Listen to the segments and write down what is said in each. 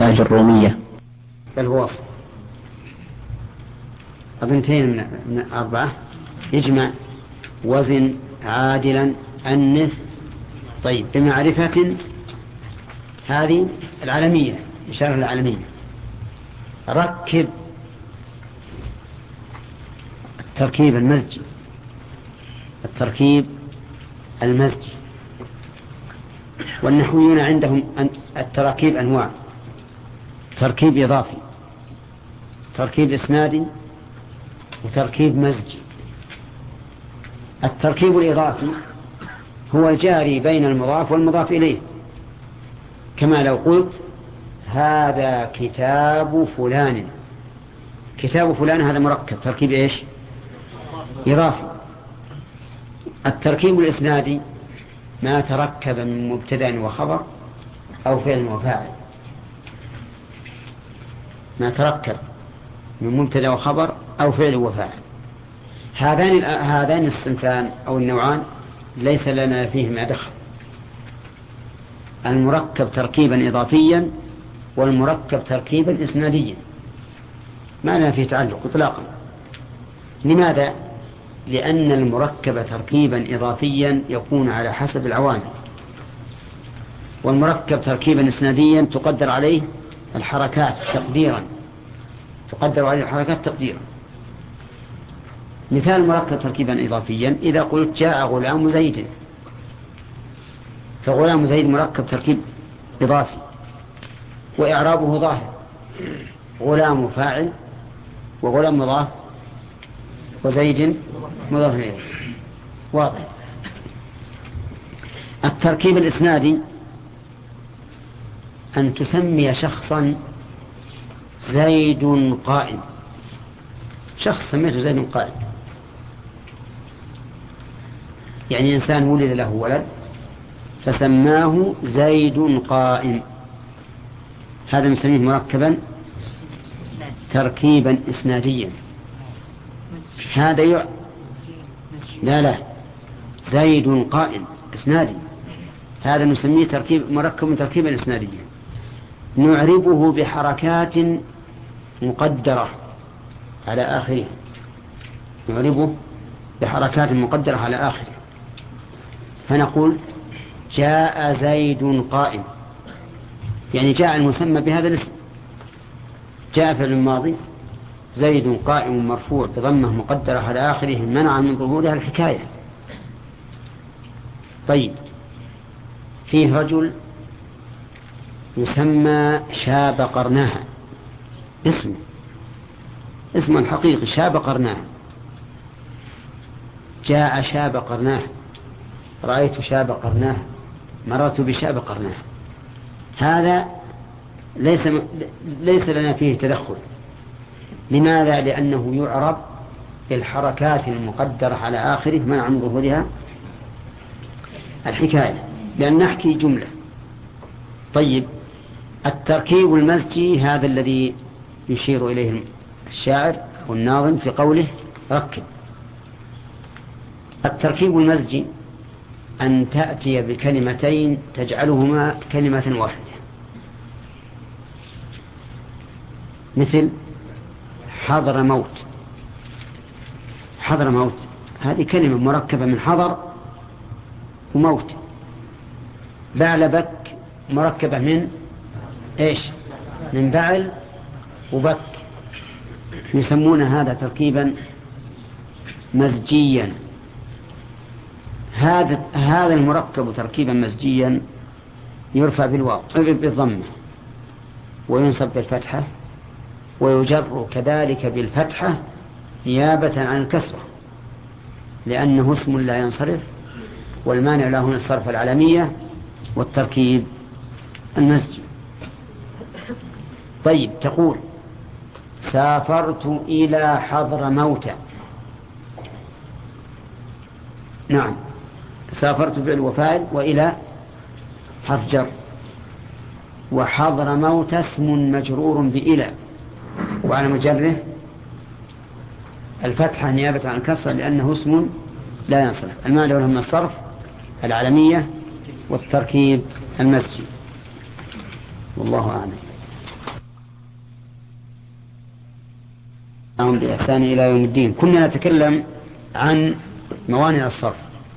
الأفعال الرومية. بل هو أبنتين من 4. يجمع وزن عادلا أنث. طيب بمعرفة هذه العالمية، إشارة العالمية. ركب التركيب المزجي. التركيب المزجي، والنحويون عندهم التراكيب أنواع: تركيب إضافي، تركيب إسنادي، وتركيب مزجي. التركيب الإضافي هو الجاري بين المضاف والمضاف إليه، كما لو قلت هذا كتاب فلان. كتاب فلان هذا مركب، تركيب إيش؟ إضافي. التركيب الإسنادي ما تركب من مبتدأ وخبر أو فعل وفاعل، ما تركب من مبتدأ وخبر أو فعل وفاعل. هذان الصنفان أو النوعان ليس لنا فيهما دخل. المركب تركيبا إضافيا والمركب تركيبا إسناديا ما لنا فيه تعلق إطلاقا. لماذا؟ لأن المركب تركيبا إضافيا يكون على حسب العوامل، والمركب تركيبا إسناديا تقدر عليه الحركات تقديرا. مثال مركب تركيبا إضافيا: إذا قلت جاء غلام زيد، فغلام زيد مركب تركيب إضافي وإعرابه ظاهر، غلام فاعل وغلام مضاف وزيد مضاف إليه، واضح. التركيب الإسنادي أن تسمي شخصا زيد قائم، شخص سميته زيد قائم، يعني إنسان ولد له ولد فسماه زيد قائم، هذا نسميه مركبا تركيبا إسناديا. هذا لا زيد قائم إسنادي، هذا نسميه مركب تركيبا إسناديا. نعربه بحركات مقدرة على آخره، فنقول جاء زيد قائم، يعني جاء المسمى بهذا الاسم، جاء فعل الماضي، زيد قائم مرفوع بضمة مقدرة على آخره منع من ظهورها الحكاية. طيب فيه رجل يسمى شاب قرناها، اسمه الحقيقي شاب قرناها، جاء شاب قرناها، رأيت شاب قرناها، مررت بشاب قرناها. هذا ليس لنا فيه تدخل. لماذا؟ لأنه يعرب بالحركات المقدرة على آخره منع من ظهورها الحكاية، لأن نحكي جملة. طيب التركيب المزجي هذا الذي يشير إليه الشاعر والناظم في قوله ركب. التركيب المزجي أن تأتي بكلمتين تجعلهما كلمة واحدة، مثل حضر موت. حضر موت هذه كلمة مركبة من حضر وموت. بعلبك مركبة من إيش؟ من بعل وبك. يسمون هذا تركيبا مزجيا. هذا المركب تركيبا مزجيا يرفع بالضمة وينصب بالفتحة ويجر كذلك بالفتحة نيابة عن الكسرة، لأنه اسم لا ينصرف، والمانع له من الصرف العلمية والتركيب المزجي. طيب تقول سافرت إلى حضر موت. نعم، سافرت فعل وفاعل وإلى حرف جر، وحضر موت اسم مجرور بإلى وعلى مجره الفتحة نيابة عن الكسرة لأنه اسم لا ينصرف. المعنى له من الصرف العلمية والتركيب المزجي. والله أعلم. هم بإحسان إلى يوم الدين. كنا نتكلم عن موانع الصرف.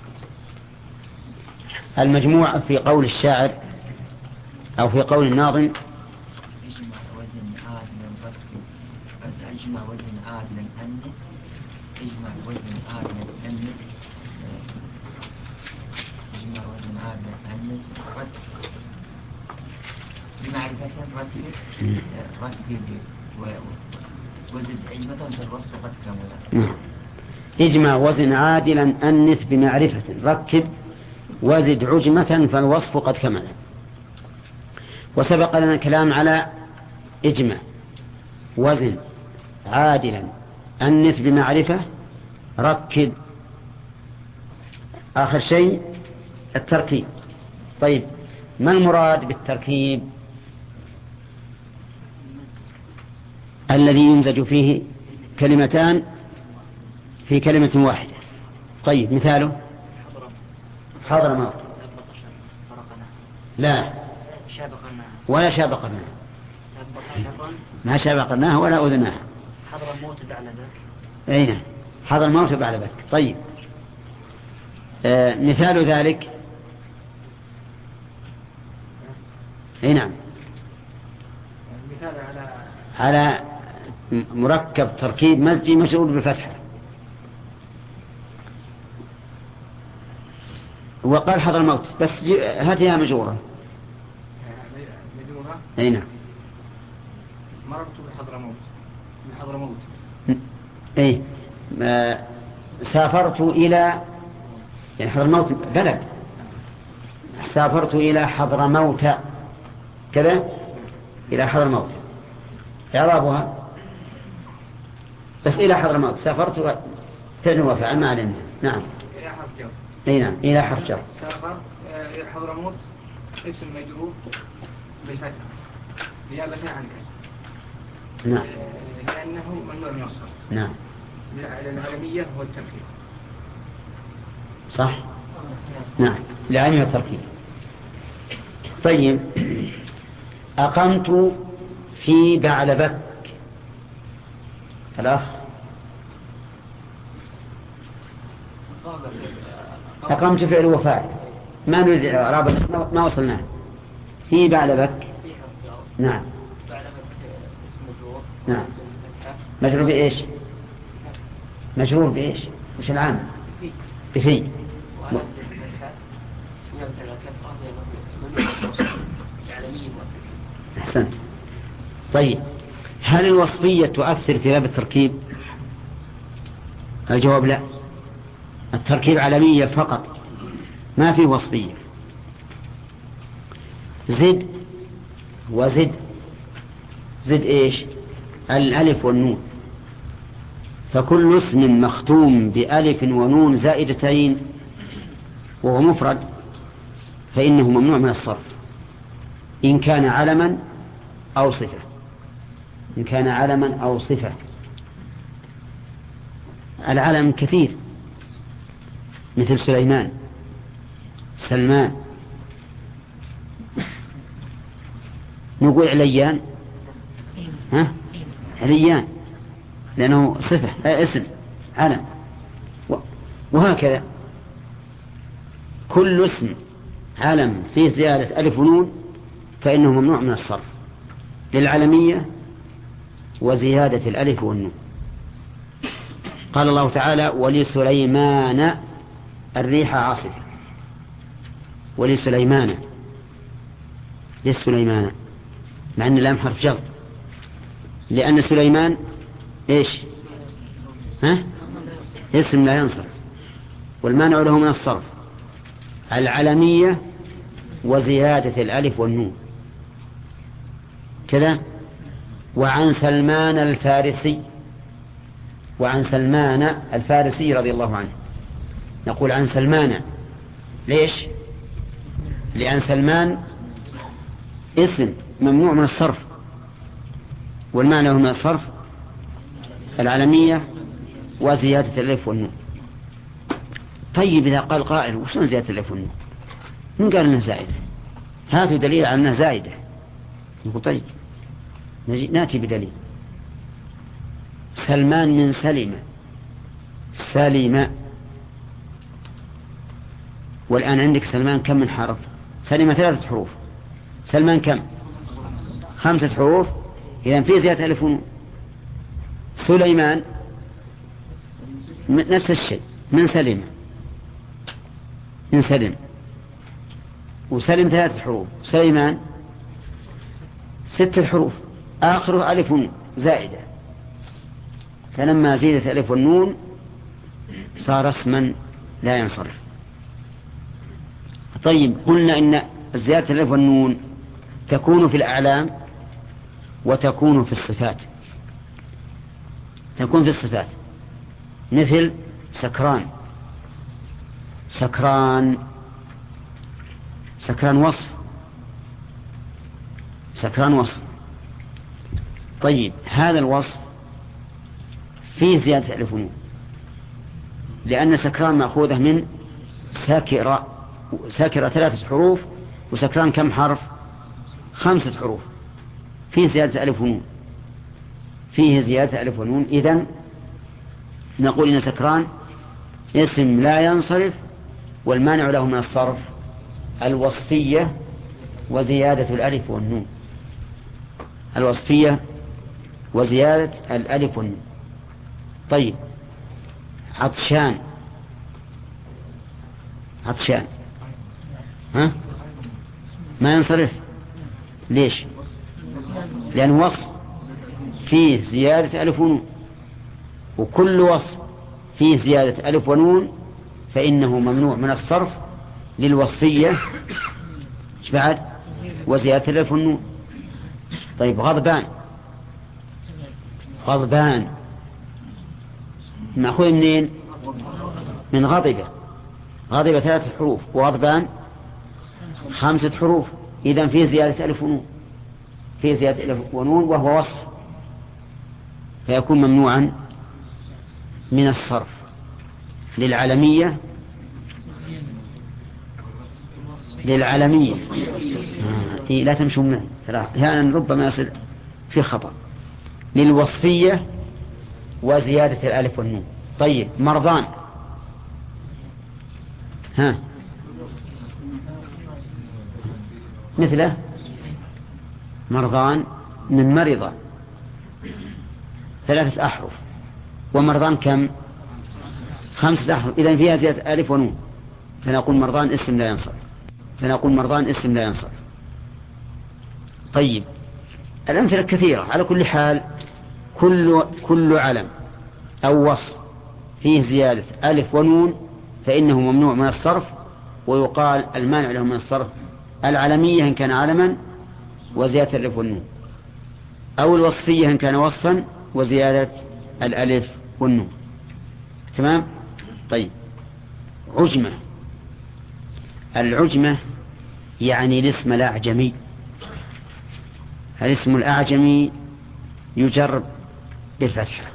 المجموع في قول الشاعر أو في قول الناظم: اجمع وزن عادلا اجمع وزن عادلا أنف اجمع وزن عادلا أنف اجمع وزن عادلا أنف بمعرفة رتب وزد عجمة فالوصف قد كمل. اجمع وزن عادلا أنث بمعرفة ركب وزد عجمة فالوصف قد كمل. وسبق لنا الكلام على اجمع وزن عادلا أنث بمعرفة ركب، آخر شيء التركيب. طيب، ما المراد بالتركيب؟ الذي يمزج فيه كلمتان في كلمة واحدة. طيب، مثاله: حضر موت. لا، ولا شابقناه، ما شابقناه ولا أذناه. حضر الموت بعد ذلك. أين حضر الموت بعد ذلك. طيب، مثال ذلك: أي نعم، مثال على مركب تركيب مزجي مشغول بالفتحة. وقال حضر الموت، بس هاتها مجرورة. أي نعم، مررت بحضرموت. أي سافرت إلى، يعني حضرموت بلد، سافرت إلى حضرموت كذا، إلى حضرموت إعرابها بس إلى حضرموت. سافرت فعل وفعل ما علينا. نعم، إلى حرف جر. أي نعم، إلى حرف جر. سافر إلى حضرموت اسم مجرور بالفتح نيابة عن الكسر. نعم، لأنه ممنوع من الصرف. نعم، العالمية هو التركيب. صح. نعم، العالمية التركيب. طيب، أقمت في بعلبك. الأخ: أقمت فعل وفاعل، ما نريد إعراب، ما وصلناه. في بعلبك. نعم، نعم، مجرور بإيش؟ مجرور بإيش؟ وش العام؟ بفي. أحسنت. طيب، هل الوصفية تؤثر في باب التركيب؟ الجواب لا، التركيب علمية فقط، ما في وصفية. زد وزد، زد إيش؟ الألف والنون، فكل اسم مختوم بألف ونون زائدتين وهو مفرد فإنه ممنوع من الصرف إن كان علما أو صفة. إن كان علما أو صفة. العلم كثير، مثل سليمان، سلمان. نقول عليان، عليان لأنه صفة اسم علم. وهكذا كل اسم علم فيه زيادة ألف ونون فإنه ممنوع من الصرف للعلمية وزيادة الألف والنون. قال الله تعالى: ولسليمان الريح عاصفة. ولسليمان، لسليمان، مع أن اللام حرف جر، لأن سليمان إيش؟ اسم لا ينصرف، والمانع له من الصرف العلمية وزيادة الألف والنون كذا. وعن سلمان الفارسي، وعن سلمان الفارسي رضي الله عنه، نقول عن سلمان. ليش؟ لأن سلمان اسم ممنوع من الصرف، والمعنى هو من الصرف العالمية وزيادة الألف والنون. طيب، إذا قال قائل: وشلون زيادة الألف والنون؟ من قال أنها زائدة؟ هاتوا دليل على أنها زائدة. نقول طيب، ناتي بدليل. سلمان من سلم. والآن عندك سلمان كم من حرف؟ سلم 3 حروف. سلمان كم؟ 5 حروف. إذن في زيادة ألف ونون. سليمان نفس الشيء، من سلم. وسلم 3 حروف. سليمان 6 حروف، آخره ألف ونون زائدة، فلما زيدت ألف والنون صار اسما لا ينصرف. طيب، قلنا إن زيادة الألف والنون تكون في الأعلام وتكون في الصفات. تكون في الصفات مثل سكران. سكران وصف. طيب، هذا الوصف فيه زيادة ألف ونون، لأن سكران مأخوذة من ساكرة 3 حروف، وسكران كم حرف؟ 5 حروف. فيه زيادة ألف ونون. إذن نقول إن سكران اسم لا ينصرف، والمانع له من الصرف الوصفية وزيادة الألف والنون. طيب، عطشان. ما ينصرف. ليش؟ لأن وصف فيه زيادة ألف ونون، وكل وصف فيه زيادة ألف ونون فإنه ممنوع من الصرف للوصفية بعد وزيادة الألف والنون. طيب، غضبان نأخذ منين؟ من غضبة 3 حروف، وغضبان 5 حروف. إذن فيه زيادة ألف ونون، وهو وصف، فيكون ممنوعا من الصرف للعلمية. لا تمشوا منه، أحيانا ربما يصل في خطأ. للوصفية وزيادة الألف والنون. طيب، مرضان. مثله مرضان من مرضى 3 أحرف، ومرضان كم؟ 5 أحرف. إذن فيها زيادة ألف ونون، فنقول مرضان اسم لا ينصرف. طيب، الأمثلة كثيرة. على كل حال، كل علم أو وصف فيه زيادة ألف ونون فإنه ممنوع من الصرف، ويقال المانع له من الصرف العلمية إن كان علما وزيادة الألف والنون، أو الوصفية إن كان وصفا وزيادة الألف والنون. تمام؟ طيب، العجمة يعني الاسم الأعجمي. الاسم الأعجمي يجر بالفتحة،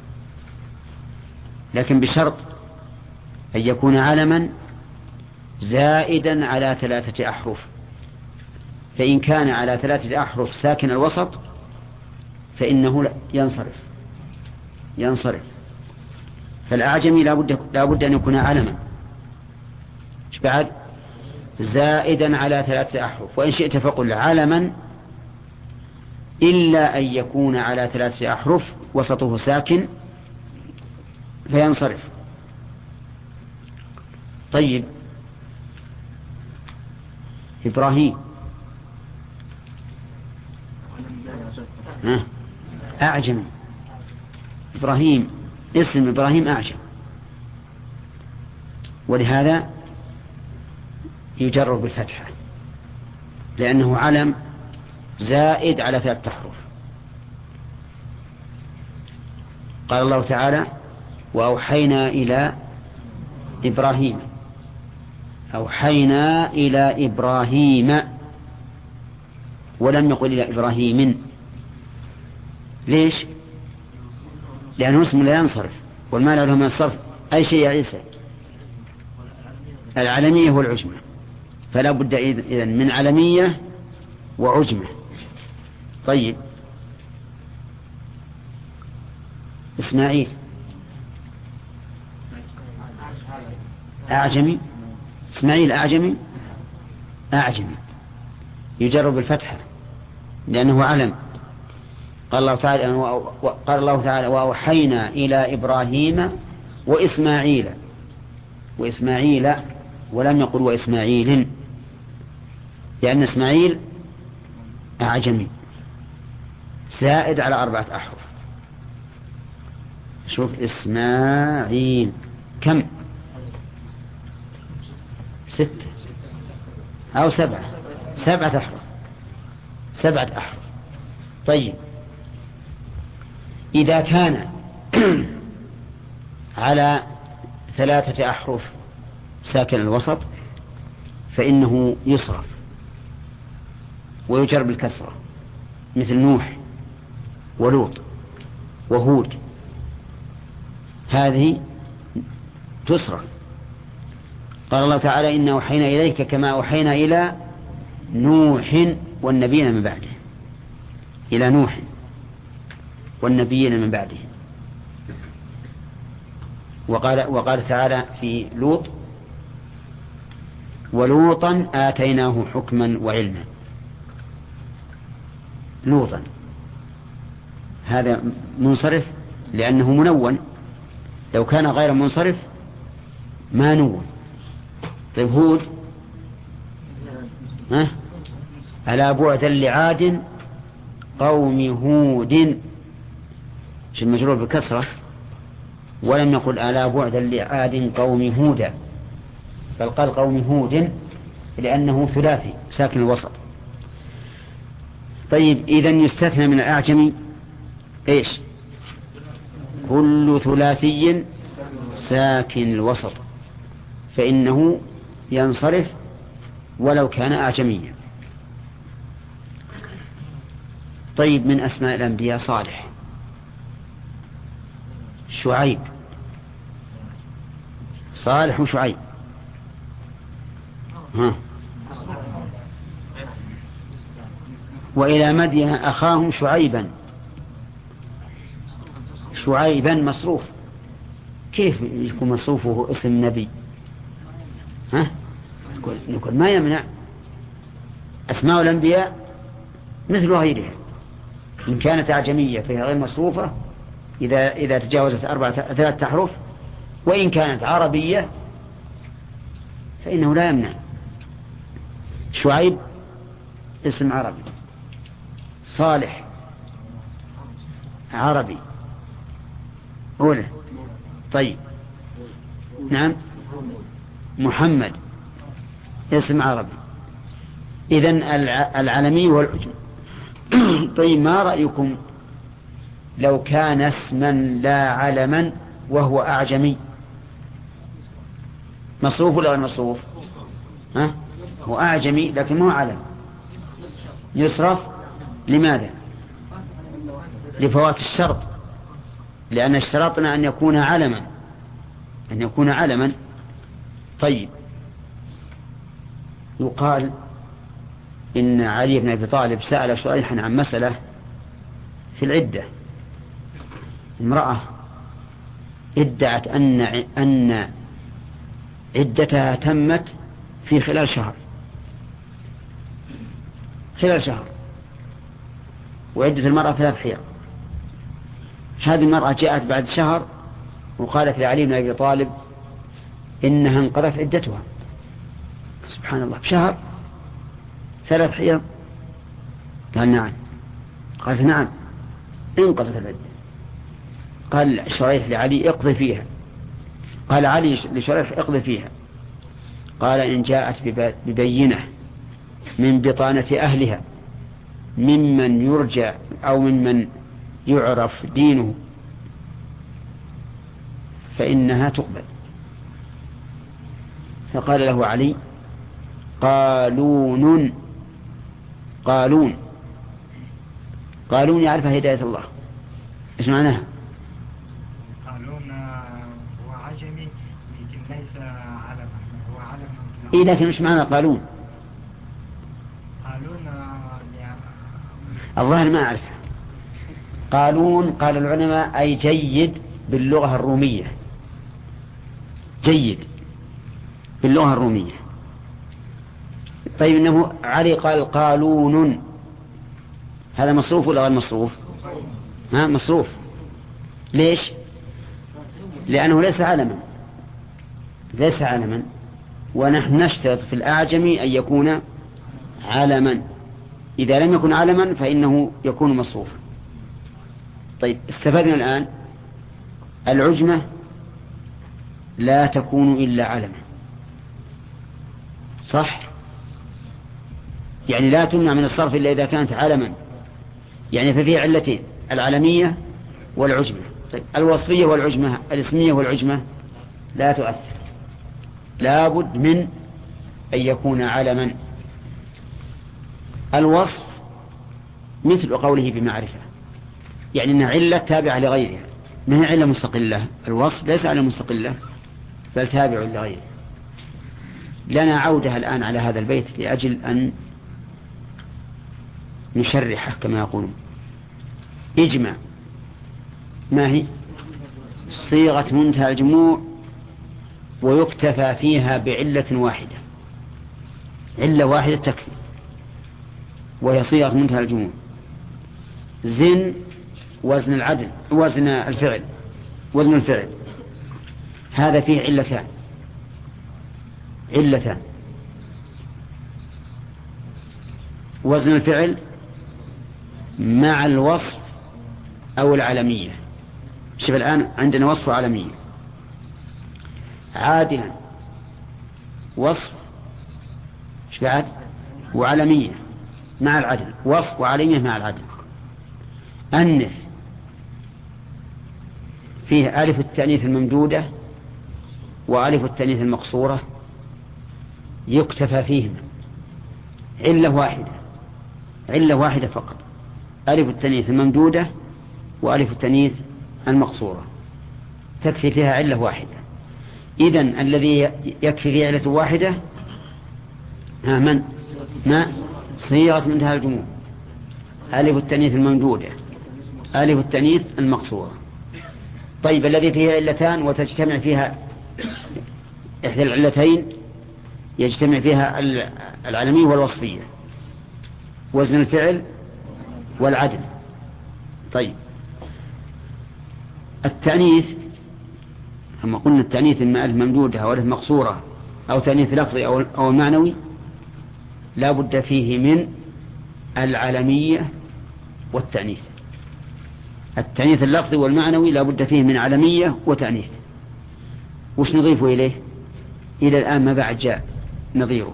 لكن بشرط أن يكون علما زائدا على 3 أحرف. فإن كان على 3 أحرف ساكن الوسط فإنه ينصرف. فالأعجمي لا بد أن يكون علما بعد زائدا على 3 أحرف. وإن شئت فقل علما إلا أن يكون على 3 أحرف وسطه ساكن فينصرف. طيب، إبراهيم أعجم. اسم إبراهيم أعجم، ولهذا يجر بالفتحة لأنه علم زائد على 3 أحرف. قال الله تعالى: وأوحينا إلى إبراهيم، ولم يقل إلى إبراهيم. ليش؟ لأنه اسم لا ينصرف، والمانع له من الصرف أي شيء يا عيسى؟ العلمية والعجمة. فلا بد إذن من علمية وعجمة. طيب، إسماعيل أعجمي. إسماعيل أعجمي يجر بالفتحة لأنه علم. قال الله تعالى وأوحينا إلى إبراهيم وإسماعيل ولم يقل وإسماعيل لأن إسماعيل أعجمي زائد على 4 أحرف. شوف إسماعيل كم 6 أو 7 أحرف 7 أحرف. طيب إذا كان على 3 أحرف ساكن الوسط فإنه يصرف ويجر بالكسرة مثل نوح ولوط وهود، هذه تصرف. قال الله تعالى إنا أوحينا إليك كما أوحينا إلى نوح والنبيين من بعده، إلى نوح والنبيين من بعده. وقال تعالى في لوط ولوطا آتيناه حكما وعلما. لوطا هذا منصرف لأنه منون، لو كان غير منصرف ما نون. طيب هود ألا بعدا لعاد قوم هود، المجرور بالكسرة، ولم يقل ألا بعدا لعاد قوم هودا، بل قال قوم هود لأنه ثلاثي ساكن الوسط. طيب إذن يستثنى من الأعجم إيش؟ كل ثلاثي ساكن الوسط فإنه ينصرف ولو كان أعجميا. طيب من أسماء الأنبياء صالح، شعيب، صالح وشعيب. وإلى مدين أخاهم شعيبا مصروف. كيف يكون مصروفه اسم نبي؟ نقول ما يمنع أسماء الأنبياء مثل غيرها إن كانت أعجمية فهي غير مصروفة إذا تجاوزت 3 أحرف، وإن كانت عربية فإنه لا يمنع. شعيب اسم عربي، صالح عربي أولى. طيب نعم محمد اسم عربي. إذن العلمي والعجم. طيب ما رأيكم لو كان اسما لا علما وهو أعجمي، مصروف ولا غير مصروف؟ هو أعجمي لكن مو علم، يصرف. لماذا؟ لفوات الشرط، لأن اشترطنا أن يكون علما. طيب يقال إن علي بن أبي طالب سأل شريحا عن مسألة في العدة. امرأة ادعت أن عدتها تمت في خلال شهر، وعدة المرأة 3 حيض. هذه المرأة جاءت بعد شهر وقالت لعلي بن أبي طالب إنها انقضت عدتها. سبحان الله، بشهر 3 حيض؟ قال نعم. قالت نعم انقضت العدة. قال شريح لعلي اقضي فيها. قال علي لشريح اقضي فيها. قال إن جاءت ببينة من بطانة أهلها ممن يرجع أو ممن يعرف دينه فإنها تقبل. فقال له علي قالون يعرف هداية الله. إيش معناها؟ قالون هو عجمي لكن ليس علما، هو علم. إيه لكن إيش معنى قالون؟ قالون الظاهر ما أعرف. قالون قال العلماء أي جيد باللغة الرومية، جيد باللغة الرومية. طيب إنه علي قال قالون، هذا مصروف ولا غير مصروف؟ مصروف. ليش؟ لأنه ليس علما، ليس علما، ونحن نشترط في الأعجم أن يكون علما، إذا لم يكن علما فإنه يكون مصروفا. طيب استفدنا الآن العجمة لا تكون إلا علما، صح؟ يعني لا تمنع من الصرف إلا إذا كانت علما، يعني ففيه علتين، العلمية والعجمة. طيب الوصفية والعجمة، الاسمية والعجمة لا تؤثر، لا بد من أن يكون علما. الوصف مثل قوله بمعرفة، يعني أنها علة تابعة لغيرها، ما هي علة مستقلة. الوصف ليس علة مستقلة بل تابع لغيره. لنا عودة الآن على هذا البيت لأجل أن نشرحه كما يقولون. اجمع ما هي؟ صيغة منتهى الجموع ويكتفى فيها بعلة واحدة، علة واحدة تكفي وهي صيغة منتهى الجموع. زن وزن العدل، وزن الفعل، وزن الفعل، هذا فيه علتان، علتان. وزن الفعل مع الوصف أو العلمية. شوف الآن عندنا وصف وعلمية. عادلا وصف بعد وعلمية مع العدل، وصف وعلمية مع العدل. أنث فيه ألف التأنيث الممدودة وألف التأنيث المقصورة، يكتفى فيهم علة واحدة، علة واحدة فقط، ألف التأنيث الممدودة وألف التأنيث المقصورة، تكفي فيها علة واحدة. إذن الذي يكفي فيه علة واحدة من؟ ما صيغة منتهى الجموع، ألف التأنيث الممدودة، ألف التأنيث المقصورة. طيب الذي فيه علتان وتجتمع فيها إحدى العلتين، يجتمع فيها العلمية والوصفية، وزن الفعل والعدل. طيب التأنيث، أما قلنا التأنيث إما ألف ممدودة أو ألف مقصورة أو تأنيث لفظي أو معنوي، لا بد فيه من العلمية والتأنيث. التأنيث اللفظي والمعنوي لا بد فيه من علمية وتأنيث. وش نضيف إليه؟ إلى الآن ما بعد جاء نظيره.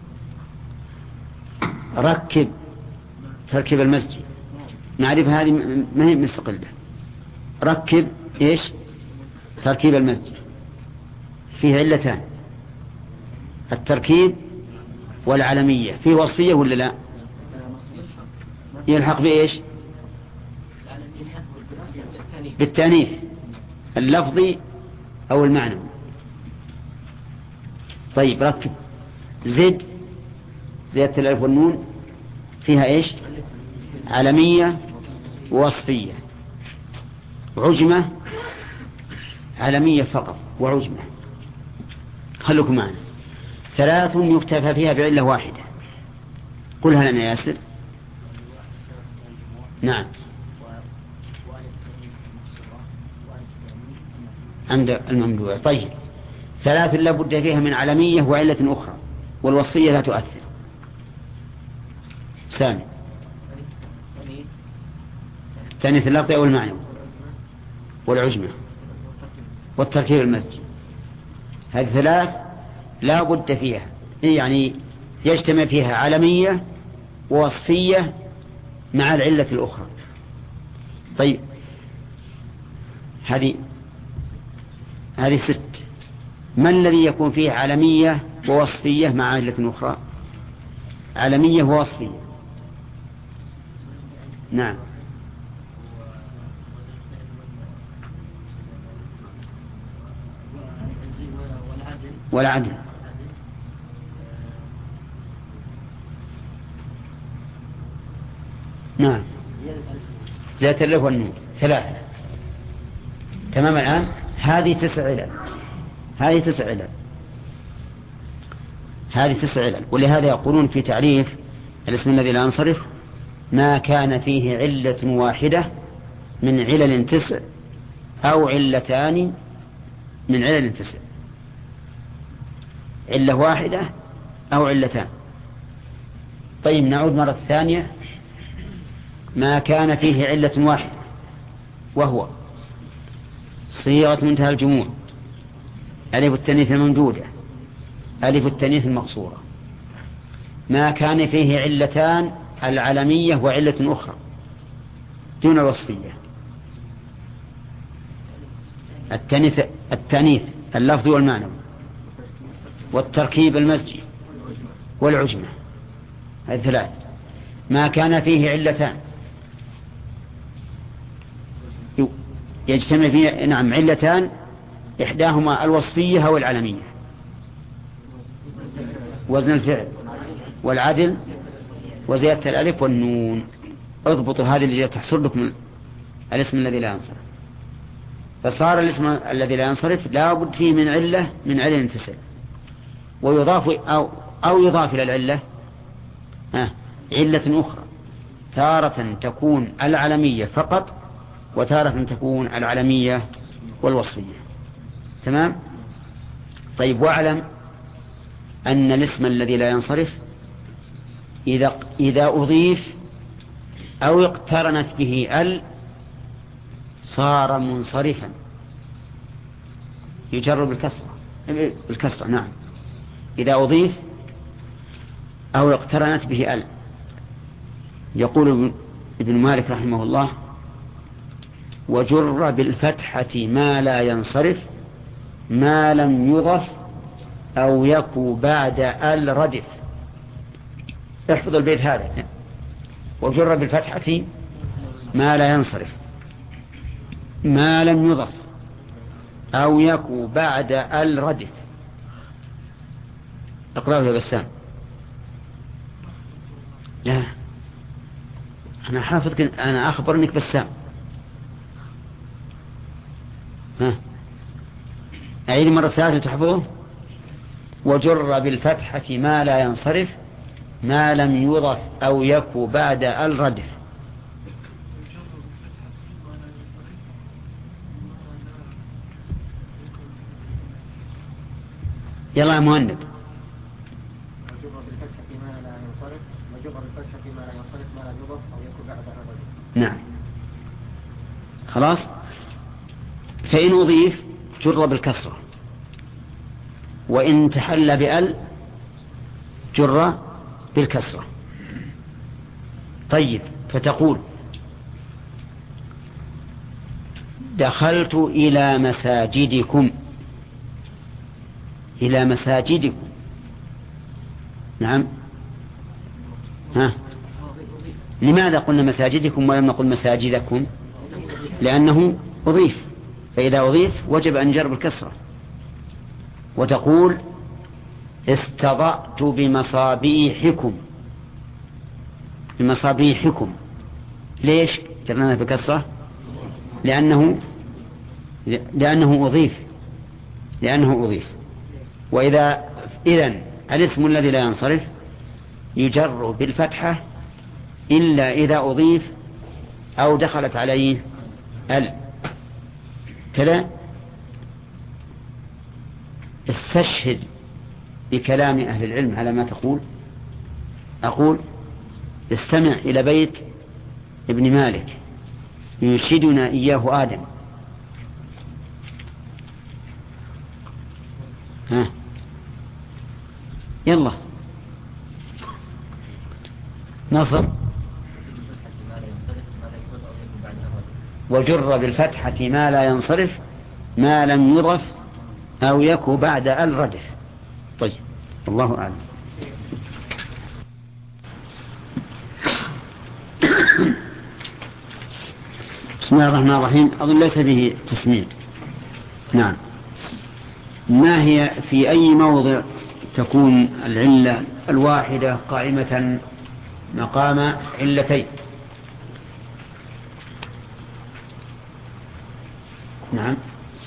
ركب تركيب المسجد، نعرف هذه ما هي مستقلة. ركب إيش؟ تركيب المسجد، فيه علتان، التركيب والعلمية. فيه وصفية ولا لا؟ يلحق بإيش؟ بالتأنيث اللفظي أو المعنوي. طيب ركب زد، زيادة الألف والنون، فيها إيش؟ علمية ووصفية. عجمة علمية فقط وعجمة. خلوكم معنا. ثلاث يكتفى فيها بعلة واحدة. قلها لنا ياسر. نعم. عند الممدوع. طيب ثلاث لا بد فيها من علمية وعلة أخرى، والوصفية لا تؤثر. سامي. التأنيث اللفظي أو المعنوي والعجمة والتركيب المسجد، هذه ثلاث لا بد فيها، يعني يجتمع فيها علمية ووصفية مع العلة الأخرى. طيب هذه ست. ما الذي يكون فيه علمية ووصفية مع علة أخرى؟ علمية ووصفية. نعم. والعدل. نعم. زيادة الألف والنون 3. تمام. الآن هذه 9 علل، هذه 9 علل. ولهذا يقولون في تعريف الاسم الذي لا ينصرف: ما كان فيه علة واحدة من علل 9 أو علتان من علل 9. علة واحدة أو علتان. طيب نعود مرة ثانية. ما كان فيه علة واحدة وهو صيغة منتهى الجموع، ألف التانيث الممدودة، ألف التانيث المقصورة. ما كان فيه علتان: العلمية وعلة أخرى دون الوصفية. التانيث اللفظ والمعنى، والتركيب المزجي، والعجمة. هذه 3. ما كان فيه علتان يجتمع فيه علتان، إحداهما الوصفية أو العلمية، وزن الفعل والعدل وزيادة الألف والنون. اضبطوا هذه اللي تحصل لكم الاسم الذي لا ينصرف. فصار الاسم الذي لا ينصرف لا بد فيه من علة 9، ويضاف أو يضاف إلى العلة علة أخرى، تارة تكون العلمية فقط، وتارة تكون العلمية والوصفية. تمام. طيب واعلم أن الاسم الذي لا ينصرف إذا أضيف أو اقترنت به ال صار منصرفا، يجر بالكسرة. نعم. إذا أضيف أو اقترنت به ال. يقول ابن مالك رحمه الله: وجر بالفتحة ما لا ينصرف ما لم يضف أو يكو بعد ال ردف. احفظ البيت هذا: وجر بالفتحة ما لا ينصرف ما لم يضف أو يكو بعد ال ردف. اقرأه يا بسام. لا أنا حافظك، أنا أخبرنك بسام. أعيد مرة ثالثة تحفظه: وجر بالفتحة ما لا ينصرف ما لم يضف أو يكو بعد الردف. يلا يا مهند. وجر بالفتحة ما لا ينصرف، وجر بالفتحة ما لا ينصرف ما لم يضف أو يكو بعد الردف. نعم. خلاص. فإن أضيف جر بالكسرة، وإن تحل بأل جر بالكسرة. طيب فتقول: دخلت إلى مساجدكم. إلى مساجدكم. نعم. لماذا قلنا مساجدكم ولم نقل مساجدكم؟ لأنه أضيف، فإذا أضيف وجب أن يجر بالكسرة. وتقول: استضأت بمصابيحكم. بمصابيحكم. ليش جرنا بكسرة؟ لأنه أضيف. إذن الاسم الذي لا ينصرف يجر بالفتحة إلا إذا أضيف أو دخلت عليه ال. كذا استشهد بكلام أهل العلم على ما تقول. أقول: استمع إلى بيت ابن مالك ينشدنا إياه آدم. يلا نصر. وجر بالفتحة ما لا ينصرف ما لم يضف أو يكو بعد الردف. طيب الله أعلم. بسم الله الرحمن الرحيم. أظن ليس به تسميع. نعم. ما هي في أي موضع تكون العلة الواحدة قائمة مقام علتين؟ نعم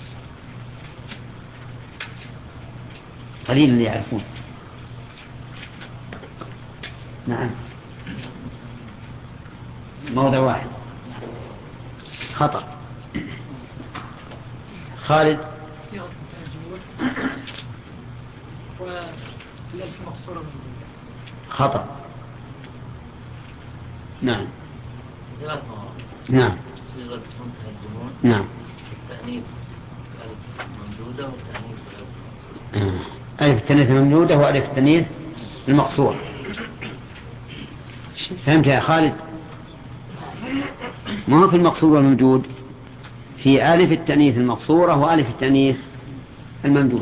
قليل اللي يعرفون. نعم موضع واحد خطأ. خالد خطأ. نعم نعم صيغة منتهى الجموع. نعم التأنيث ممدودة والتأنيث ألف التأنيث الممدودة وألف التأنيث المقصور. فهمت يا خالد؟ ما هو في المقصور والممدود، في ألف التأنيث المقصورة وألف التأنيث الممدودة.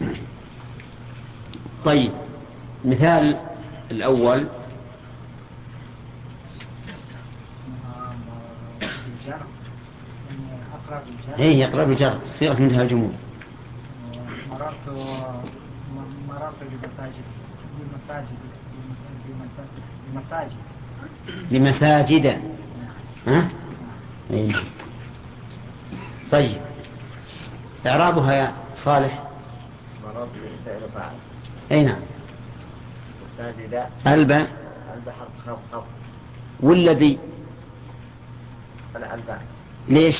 طيب مثال الأول هي أقرب الجر صيغة منتهى الجموع. مررت بمساجد. ها؟ أي. طيب إعرابها يا صالح. مررت بفعل فاعل. أي نعم. مساجد الباء حرف خفض. والذي الباء ليش؟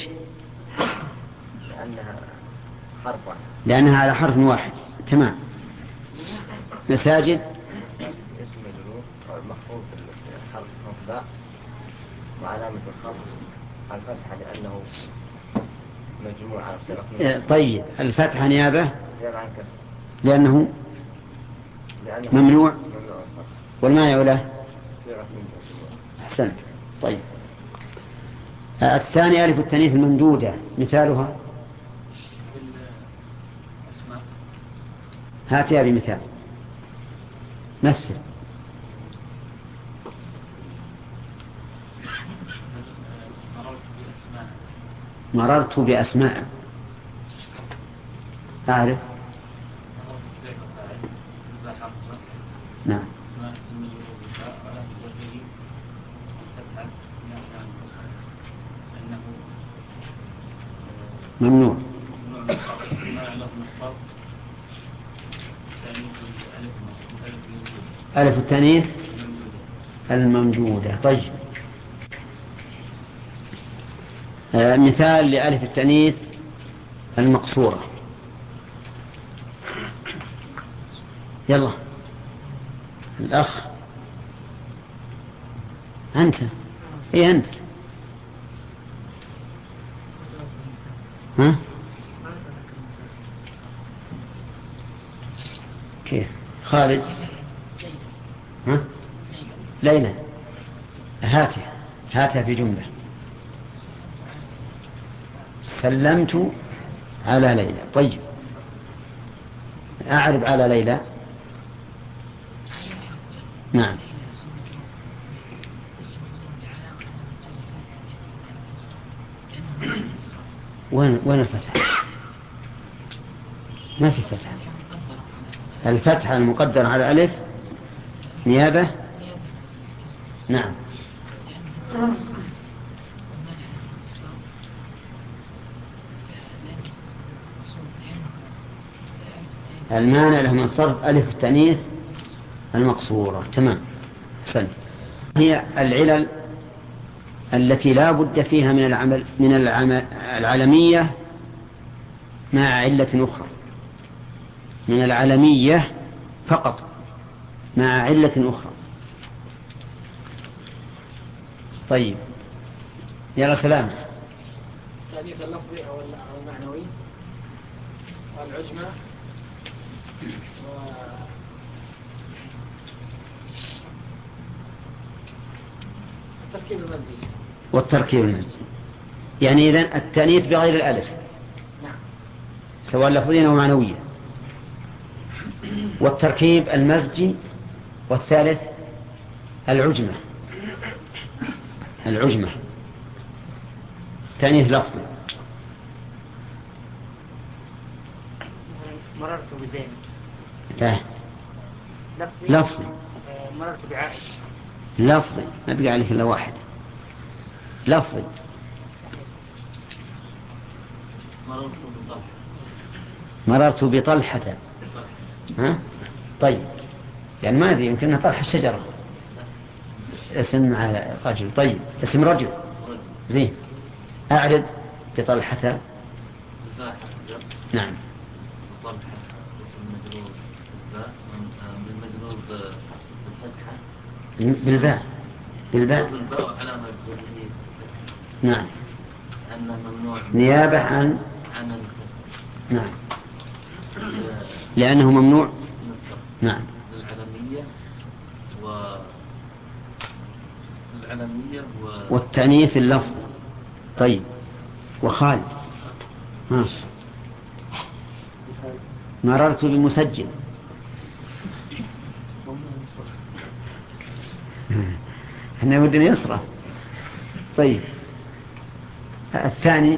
لأنها حرف واحد. لأنها على حرف واحد. تمام. مساجد اسم مجرور أو المخفوض في حرف خفض وعلامة الخفض الفتحة لأنه مجموع على صيغة. طيب الفتحة نيابة عن كسر لأنه ممنوع والمانع له صيغة منتهى. أحسنت. طيب الثاني ألف التأنيث الممدودة مثالها. هاتها بمثال مثل. مررت بأسماء. أعرف. نعم ممنوع. ألف التأنيث الممدودة. طيب مثال لألف التأنيث المقصورة. يلا الأخ أنت. إيه أنت؟ ها؟ كيف؟ خالد؟ ها؟ ليلى. هاتها في جملة. سلمت على ليلى. طيب أعرب على ليلى. نعم وين الفتحة؟ ما في فتحة. الفتحة المقدرة على ألف نيابة. نعم المانع له من صرف ألف التأنيث المقصورة. تمام. سن هي العلل التي لا بد فيها من العلمية مع علة أخرى، من العلمية فقط مع علة أخرى. طيب يا سلام. تأنيث اللفظي أو المعنوي والعجمة والتركيب المزجي. يعني إذن التأنيث بغير الألف سواء لفظيا أو معنويا، والتركيب المزجي، والثالث العجمة تأنيث لفظي. مررت بزين. لا لفظي. مررت بعائش. لفظي ما بقى عليك إلا واحد. لفظي. مررت بطلحة. ها؟ طيب يعني ما أدري يمكنها طلحة الشجرة اسم رجل. طيب اسم رجل زين. أعرض بطلحة. نعم. طلحة اسم مجرور بالمجرور بالفتحة بالباء علامة الجرية. نعم. أنه ممنوع نيابة عن الكسر. نعم لأنه ممنوع. نعم. العلمية والتأنيث اللفظ. طيب وخال. مررت بمسجل. احنا ودنا يصرف. طيب الثاني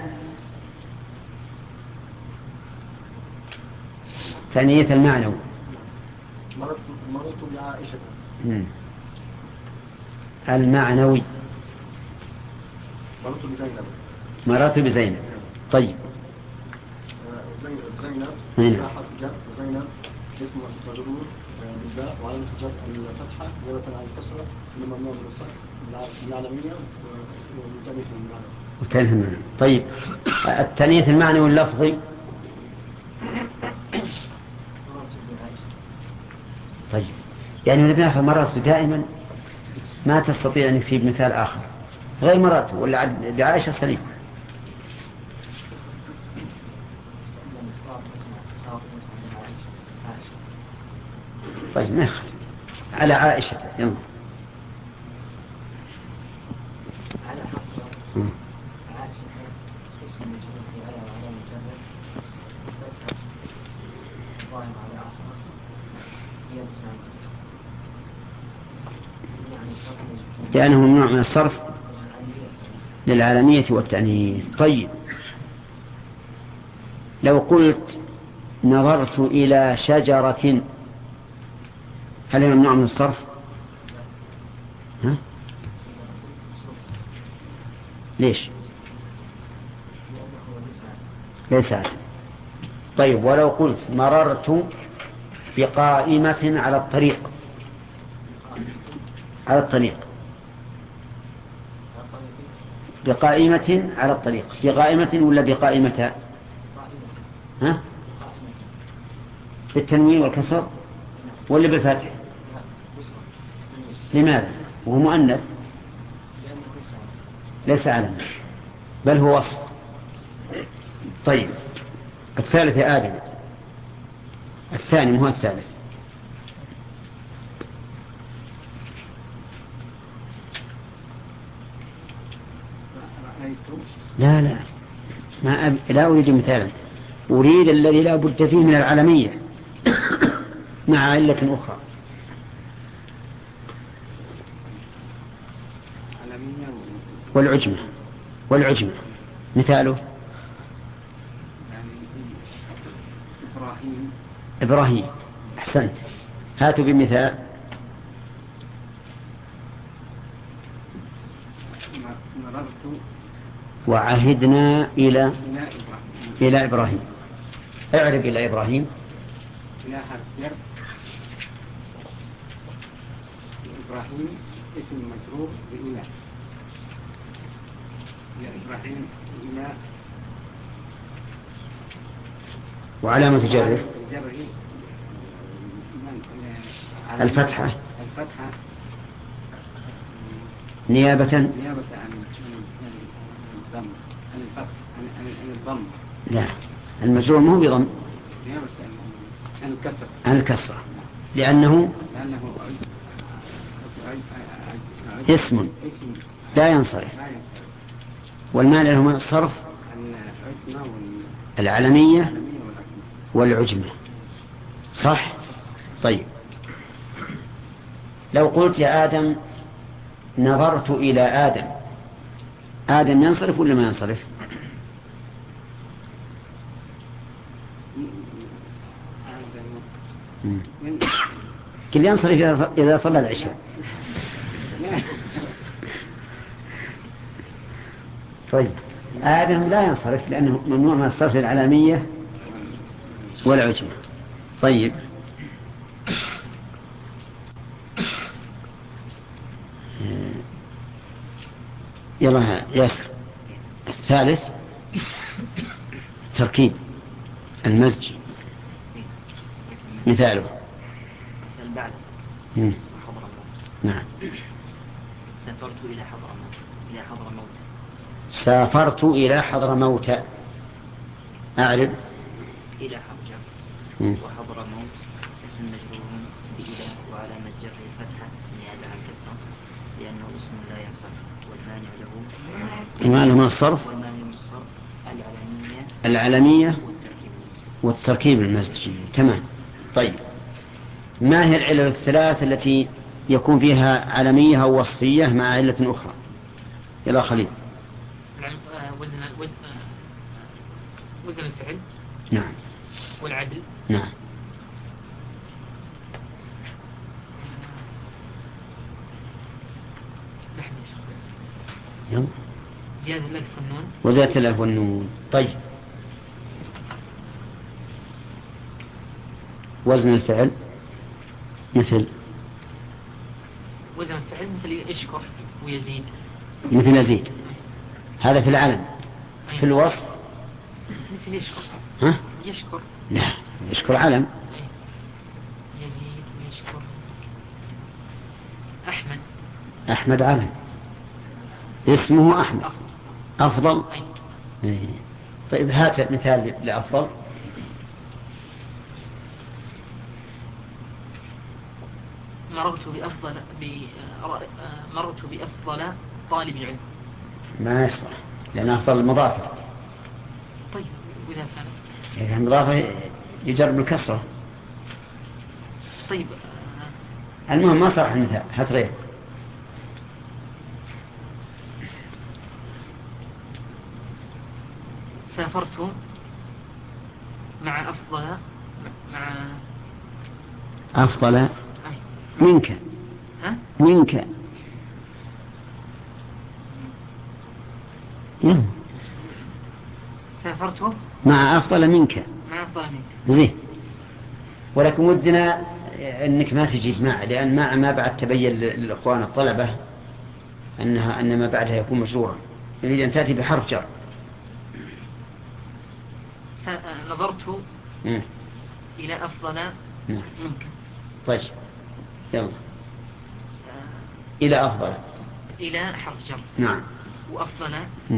ثانية المعنوي. مررت بعائشة. المعنوي. مررت بزينب. طيب زينب حرف جر وزينب اسم مجرور بالباء وعلامة الجر الفتحة نيابة عن الكسرة ممنوع من الصرف العالمية وتأنيث المعنى. طيب التأنيث المعنى واللفظي. طيب يعني من آخر مرات دائما ما تستطيع أن تكتب مثال آخر غير مرات ولا بعائشة سليم. طيب ما يخالف على عائشة. يلا على حق عائشة اسم مجرور في آية وعلى مجرد فتحة ظاهر على آخر هي لأنه ممنوع من الصرف للعالمية والتأنيث. طيب لو قلت نظرت إلى شجرة هل هي ممنوع من الصرف؟ ها؟ ليش؟ ليس عادي. طيب ولو قلت مررت بقائمة على الطريق. على الطريق بقائمة على الطريق بقائمة ولا بقائمة؟ ها؟ بالتنوين والكسر ولا بالفتح؟ لماذا؟ وهو مؤنث ليس علما بل هو وصف. طيب الثالث يا آدم. الثاني مو الثالث. لا لا أريد مثالا. أريد الذي لا بد فيه من العالمية مع علة أخرى. والعجمة مثاله إبراهيم. أحسنت. هاتوا بمثال. وعهدنا إلى إبراهيم. اعرف إلى إبراهيم. إلى حرف جر إبراهيم اسم مجرور بإله. يا إبراهيم إلى وعلامة جره الفتحة نيابة عن الضم. لا المجرور مو بضم عن الكسرة لأنه اسم لا ينصرف والمال له من الصرف العلمية والعجمة. صح. طيب لو قلت يا آدم نظرت إلى آدم ينصرف ولا ما ينصرف؟ كل ينصرف إذا صلى العشاء. طيب آدم لا ينصرف لأنه ممنوع من الصرف للعلامية والعجمة. طيب يلا ياسر. الثالث تركيب المزج، مثاله البعد مم. حضرموت. نعم. سافرت إلى حضرموت. سافرت إلى حضرموت. أعرب إلى حرجة. مم. وحضرموت اسم مجرور بإله وعلامة جره الفتحة نيابة عن كسرة لأنه اسم لا ينصرف والمانع له المعنى من الصرف والمانع من الصرف العلمية والتركيب. والتركيب المزجي. تمام. طيب ما هي العلل الثلاث التي يكون فيها علمية أو وصفية مع علة أخرى؟ يلا خليل. وزن الفعل. نعم. والعدل. نعم. يلا. زيادة الألف والنون. وزيادة الألف والنون. طيب وزن الفعل مثل وزن الفعل مثل يشكر ويزيد. مثل يزيد، هذا في العلم. في الوصف مثل يشكر. ها؟ يشكر. لا يشكر علم. يزيد ويشكر. أحمد. أحمد علم، اسمه أحمد. أفضل. إيه. طيب هات مثال لأفضل. مررت بأفضل طالب علم. ما يصلح لأن أفضل المضافة. طيب وإذا كان يعني المضافة يجر بالكسرة. طيب المهم ما صح المثال، هات غير. سافرت مع أفضل منك. ها؟ منك. يلا. سافرت مع أفضل منك. مع أفضل منك. زين. ولكن ودنا أنك ما تجيب مع، لأن مع ما بعد تبين للإخوان الطلبة أن ما بعدها يكون مجرورا، يريد أن تأتي بحرف جر. نظرت إلى أفضل منك. طيب يلا. إلى أفضل. إلى حرف جر. نعم. وأفضل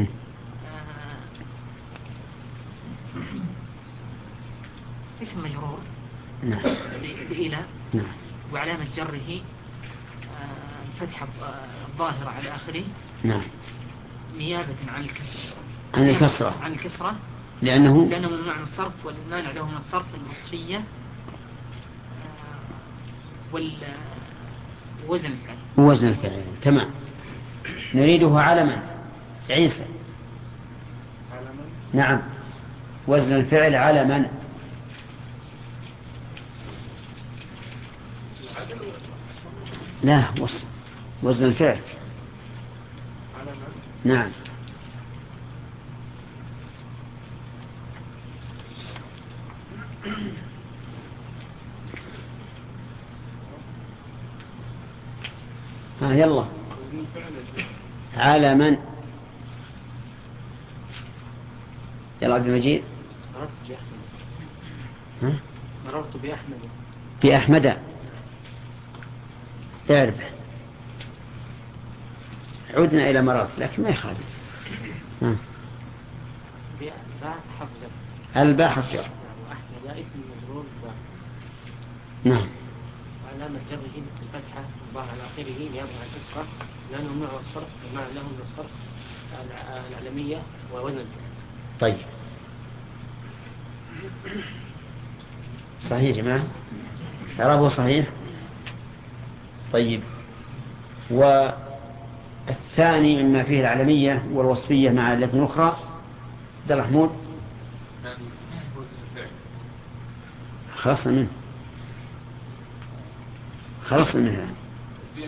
اسم مجرور. نعم. بإلى. نعم. وعلامة جره فتحة الظاهرة على آخره. نعم. نيابة عن الكسرة. عن الكسرة. لأنه ممنوع من الصرف، والمانع له من الصرف الوصفية ووزن الفعل. تمام. نريده علما. عيسى. علما. نعم. وزن الفعل علما. لا وزن الفعل علما. نعم. يلا. علما. يلا عبد المجيد. مررت بأحمد. بأحمد. اعرف. عدنا إلى مرات لكن ما يخالف. الباء حرف جر. وأحمد اسم مجرور بالباء. نعم. وعلامة جره الفتحة الظاهرة على آخره نيابة عن الكسرة لأنه ممنوع من الصرف ومعنى له من الصرف العلمية ووزن الفعل. طيب صحيح يا جماعة، إعرابه صحيح. طيب والثاني مما فيه العلمية والوصفية مع علة أخرى. عبد الرحمن. خلصنا منها.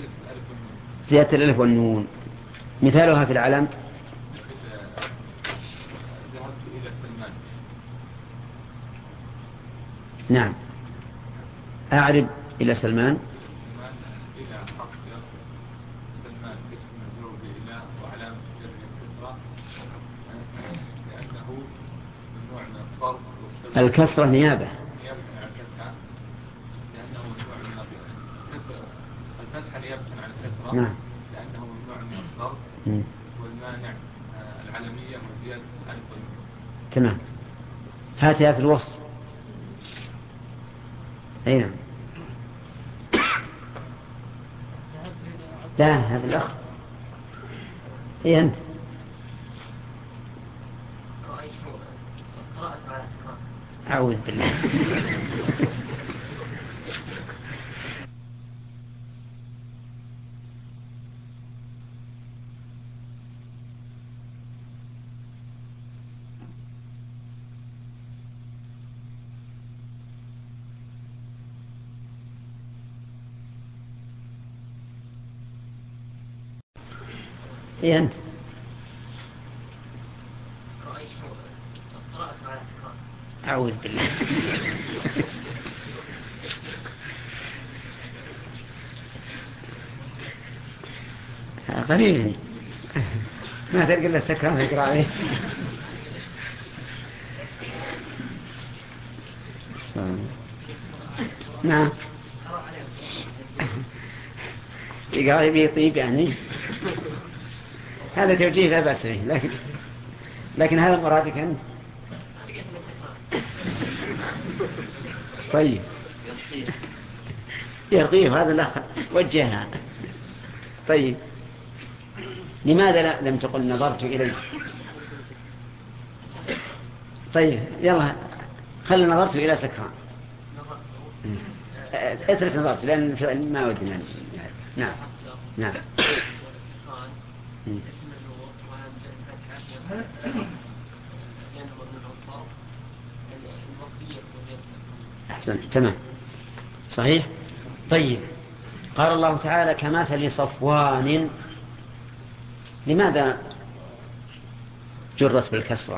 زيادة الألف والنون. مثالها في العلم إلى سلمان. نعم. أعرب إلى سلمان. سلمان إلى حرف جر. سلمان اسم مجرور بإلى وعلامة جره الكسرة لأنه ممنوع من الصرف والسبب. الكسرة نيابة. نيابة عن الفتحة لأنه ممنوع من الفتحة نيابة عن الكسرة. نعم. لأنه ممنوع من الصرف والمانع العلمية وزيادة الألف والنون. تمام. هاتها في الوصف. أي نعم. لا هذا الأخ. إيه أنت. أعوذ بالله. إيه أنت. أعوذ بالله. غريب ما تلقى إلا السكران يقرأ عليه. نعم. يقرأ يطيب يعني. هذا توجيه لا بأس به لكن هذا مرادك أنت. طيب يطيب هذا الأخ وجهها. طيب لماذا لم تقل نظرت إليه؟ طيب يلا خلي نظرت إلى سكران. اترك نظرت لأن ما ودنا. نعم نعم. أحسن تمام صحيح. طيب قال الله تعالى كمثل صفوان. لماذا جرت بالكسرة؟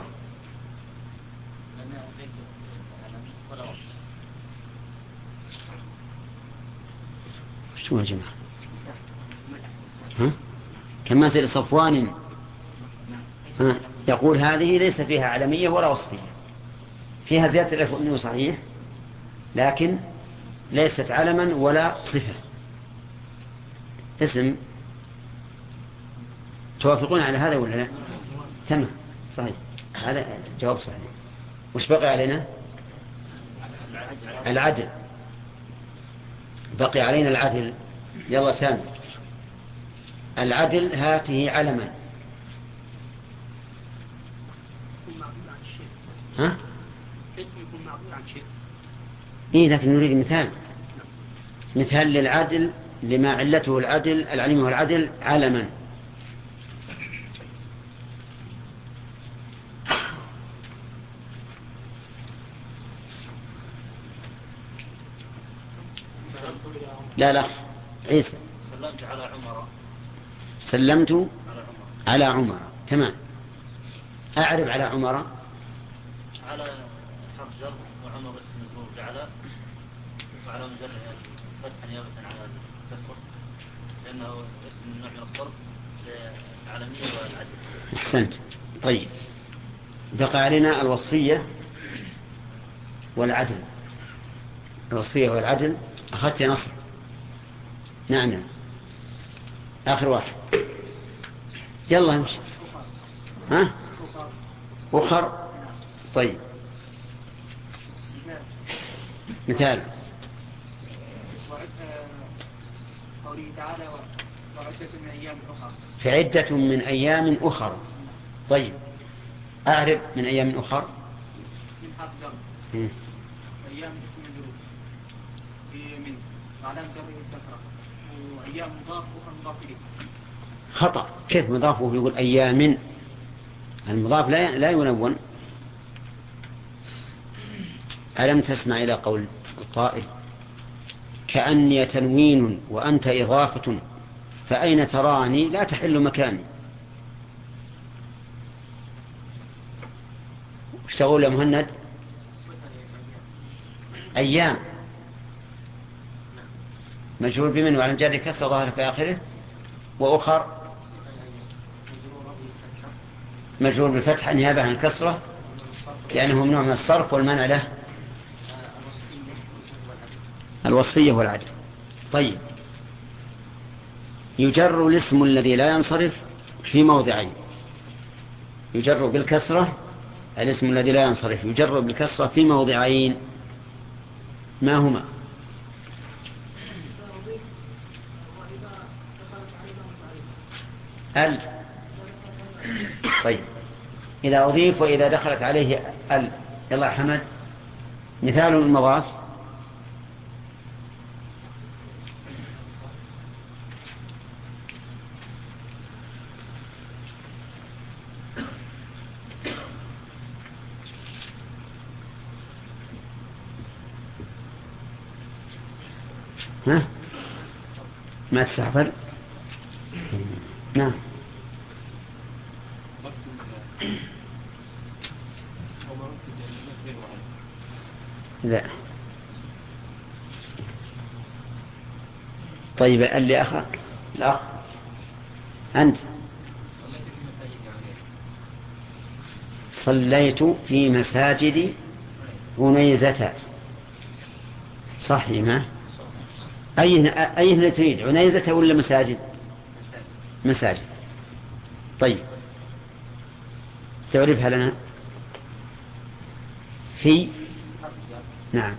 شو يا جماعة؟ كمثل صفوان. يقول هذه ليس فيها علمية ولا وصفية. فيها زيادة الألف والنون صحيح لكن ليست علما ولا صفة. اسم. توافقون على هذا ولا لا؟ تمام صحيح. هذا جواب صحيح. وش بقي علينا؟ العدل. بقي علينا العدل. يلا سامي. العدل هاته علما. ها؟ اسم يكون معقول عن شيء. إيه لكن نريد مثال. مثال للعدل لما علته العدل العلم والعدل علما. لا عيسى. سلمت على عمر. سلمت على عمر. تمام. أعرب على عمر. على حرف جر وعمر اسم مجرور جعل وعلى مجرد فتح نيابة عن الكسر لأنه اسم نوع من الصرف للعالمية والعدل. أحسنت. طيب بقى علينا الوصفية والعدل. الوصفية والعدل أخذت نصر. نعم آخر واحد. يلا نمشي. ها أخر. طيب مثال قوله تعالى وعدة من أيام أخرى. في عدة من أيام أخرى. طيب أعرب من أيام أخرى. من حرف جر. أيام اسم مجرور من وعلامة جره الكسرة وأيام مضاف أخرى مضاف إليه. خطأ. كيف مضافه يقول أيام؟ المضاف لا ينون. ألم تسمع إلى قول القائل كأني تنوين وأنت إضافة فأين تراني لا تحل مكاني. وش تقول يا مهند؟ أيام مجهول بمن وعلى جر كسر ظاهر في آخره، وأخر مجهول بالفتح نيابة عن الكسرة لأنه ممنوع من الصرف والمنع له الوصفية والعدل. طيب، يجر الاسم الذي لا ينصرف في موضعين. يجر بالكسرة، الاسم الذي لا ينصرف يجر بالكسرة في موضعين، ما هما؟ ال. طيب، إذا أضيف وإذا دخلت عليه ال. يلا حمد، مثال المضاف. ها؟ ما تستحضر؟ نعم. لا. طيب، اللي أخاك الأخ أنت. صليت في مساجد عنيزة. صحيح؟ ما أي تريد، عنيزة ولا مساجد؟ مساجد. طيب، تعرفها لنا في. نعم.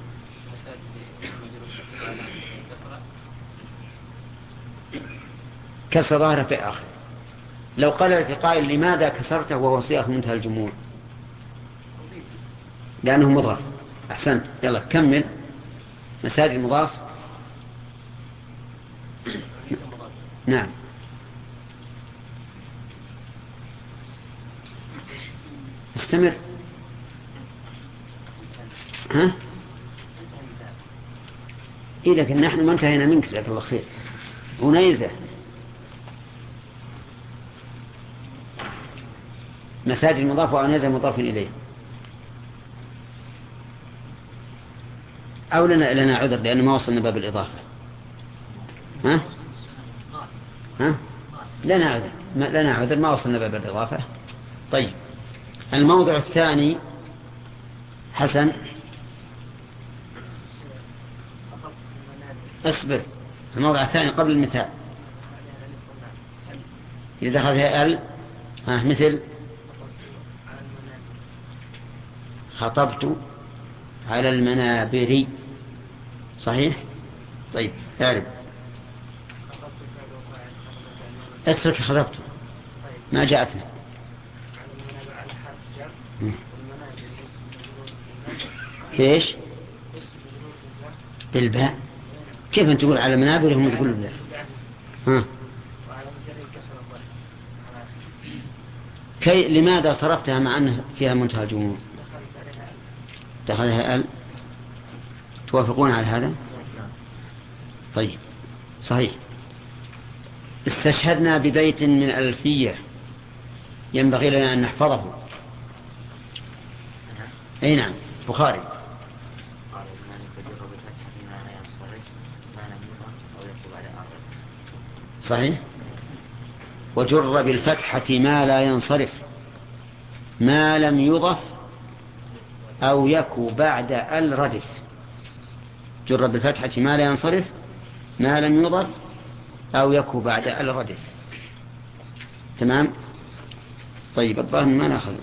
كسر ظاهره في آخر. لو قال لك قائل لماذا كسرته وهو صيغة منتهى الجموع؟ لأنه مضاف. أحسنت. يلا كمل. مساجد مضاف. نعم. استمر. ها؟ إيه، لكن نحن ما انتهينا منك، جزاك الله خير. عنيزة مساجد مضاف وعنيزة مضاف إليه. أو لنا عذر لأنه ما وصلنا باب الإضافة. ها؟ لنا عذر ما وصلنا باب الإضافة. طيب، الموضع الثاني حسن. اصبر. الموضع الثاني قبل المثال إذا دخلها ال. مثل خطبت على المنابر. صحيح؟ طيب، اعرف. اترك خطبت، ما جاءتنا. ايش؟ بالباء. كيف انت تقول على منابر هم تقول بالباء؟ لماذا صرفتها مع أنها فيها منتهى الجموع؟ دخلها ال. توافقون على هذا؟ طيب، صحيح. استشهدنا ببيت من الألفية ينبغي لنا أن نحفظه. أي نعم، بخاري. صحيح. وجر بالفتحة ما لا ينصرف ما لم يضف أو يكو بعد الردف. جر بالفتحة ما لا ينصرف ما لم يضف أو يكو بعد الردف. تمام. طيب، الظاهر ما نأخذ.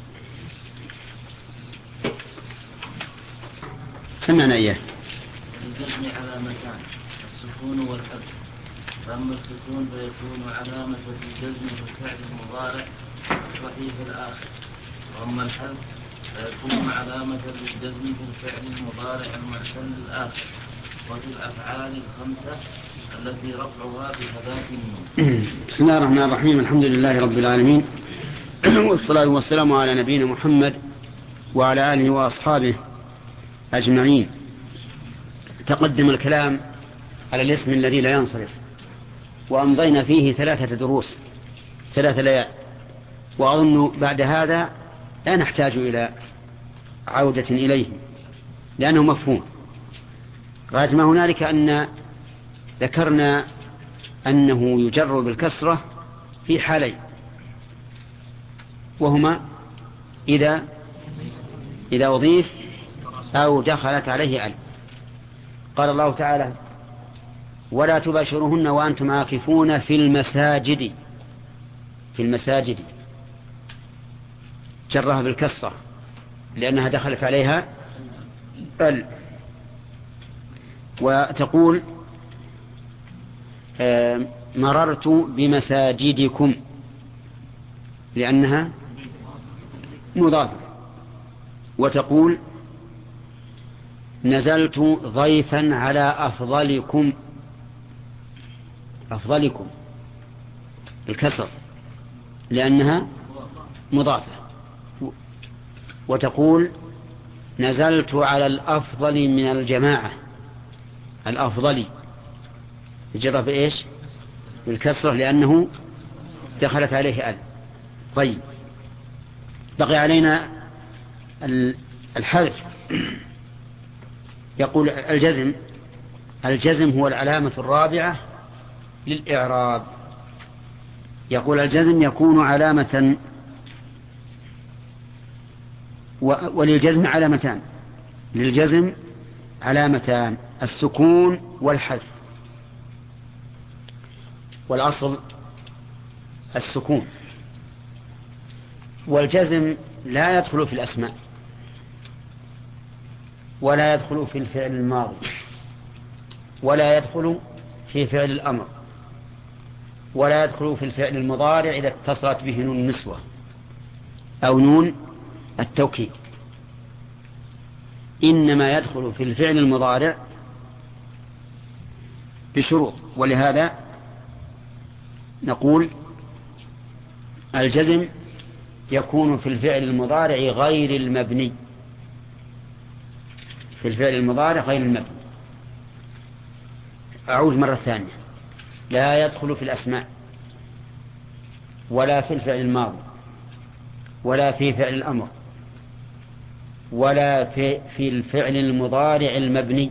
سمعنا إياه. الجزم علامتان، السكون والحذف. فأما السكون فيكون علامة الجزم في الفعل المضارع الصحيح الآخر، وأما الحذف فيكون علامة للجزم في الفعل المضارع المعتل الآخر، وفي الأفعال الخمسة التي رفعها بثبات النون. بسم الله الرحمن الرحيم. الحمد لله رب العالمين، والصلاة والسلام على نبينا محمد وعلى آله وأصحابه أجمعين. تقدم الكلام على الاسم الذي لا ينصرف، وأمضينا فيه 3 دروس 3 ليال، وأظن بعد هذا لا نحتاج إلى عودة إليه لأنه مفهوم. غاية ما هنالك أن ذكرنا أنه يجر بالكسرة في حالين، وهما إذا أضيف أو دخلت عليه أل. قال الله تعالى: ولا تباشرهن وأنتم عاكفون في المساجد جرها بالكسرة لأنها دخلت عليها ال. وتقول مررت بمساجدكم لأنها مضافة. وتقول نزلت ضيفا على أفضلكم الكسر لأنها مضافة. وتقول نزلت على الأفضل من الجماعة، الأفضل يجرى بإيش؟ بالكسرة لأنه دخلت عليه أل. طيب، بقي علينا الحذف. يقول الجزم هو العلامة الرابعة للإعراب. يقول الجزم يكون علامة، وللجزم علامتان، للجزم علامتان: السكون والحذف. والأصل السكون. والجزم لا يدخل في الأسماء، ولا يدخل في الفعل الماضي، ولا يدخل في فعل الأمر، ولا يدخل في الفعل المضارع إذا اتصلت به نون النسوة أو نون التوكيد. إنما يدخل في الفعل المضارع بشروط. ولهذا نقول الجزم يكون في الفعل المضارع غير المبني، في الفعل المضارع غير المبني. أعود مرة ثانية: لا يدخل في الأسماء، ولا في الفعل الماضي، ولا في فعل الأمر، ولا في الفعل المضارع المبني.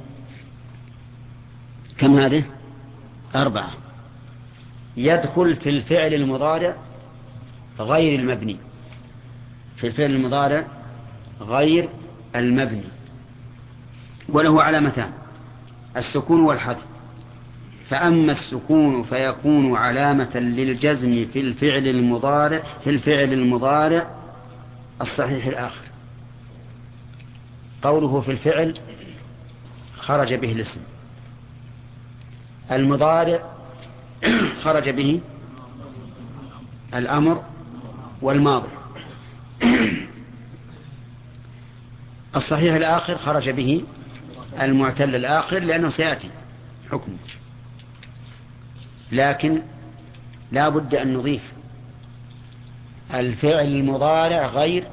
كم هذه؟ 4. يدخل في الفعل المضارع غير المبني، في الفعل المضارع غير المبني، وله علامتان: السكون والحذف. فأما السكون فيكون علامة للجزم في الفعل المضارع الصحيح الآخر. قوله في الفعل خرج به الاسم، المضارع خرج به الأمر والماضي، الصحيح الآخر خرج به المعتل الآخر لأنه سيأتي حكمه. لكن لا بد أن نضيف الفعل المضارع غير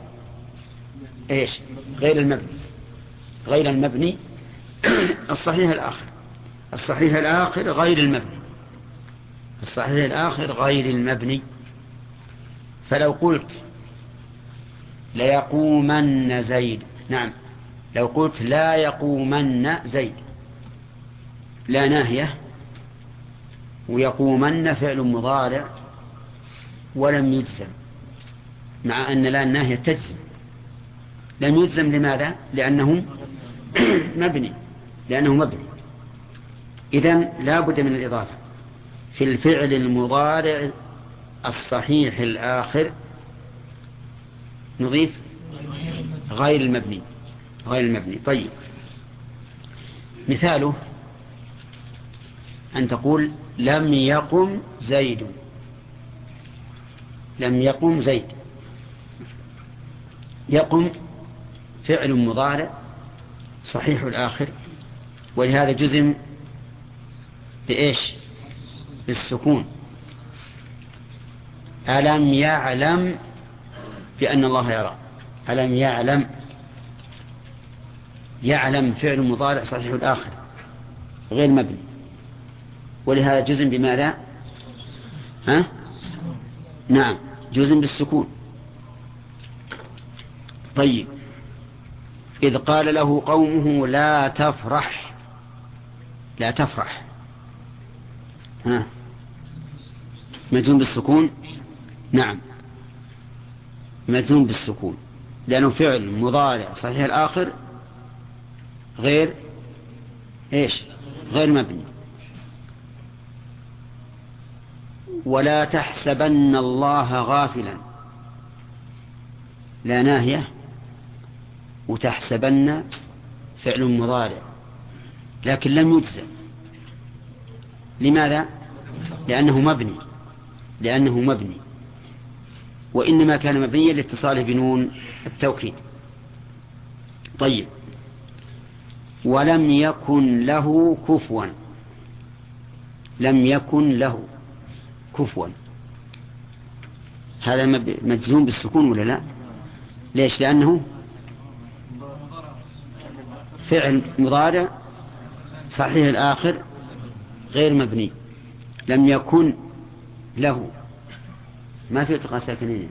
غير المبني الصحيح الآخر غير المبني. فلو قلت ليقومن زيد، نعم، لو قلت لا يقومن زيد، لا ناهية، ويقومن فعل مضارع ولم يجزم، مع أن لا الناهية تجزم. لم يجزم لماذا؟ لأنه مبني. إذن لا بد من الإضافة في الفعل المضارع الصحيح الآخر، نضيف غير المبني. طيب، مثاله أن تقول لم يقم زيد. يقم فعل مضارع صحيح الآخر، ولهذا جزم بالسكون. ألم يعلم بأن الله يرى. ألم يعلم فعل مضارع صحيح الآخر غير مبني، ولهذا جزم بماذا؟ نعم، جزم بالسكون. طيب، إذ قال له قومه لا تفرح. لا تفرح، ها، مجزوم بالسكون. نعم، مجزوم بالسكون لأنه فعل مضارع صحيح الآخر غير إيش؟ غير مبني. ولا تحسبن الله غافلا، لا ناهية، وتحسبن فعل مضارع لكن لم يجزم. لماذا؟ لأنه مبني، وإنما كان مبنيا لاتصاله بنون التوكيد. طيب، ولم يكن له كفوا. لم يكن له كفوا، هذا مجزوم بالسكون ولا لا؟ ليش؟ لأنه فعل مضارع صحيح الآخر غير مبني. لم يكن له، ما في التقاء ساكنين.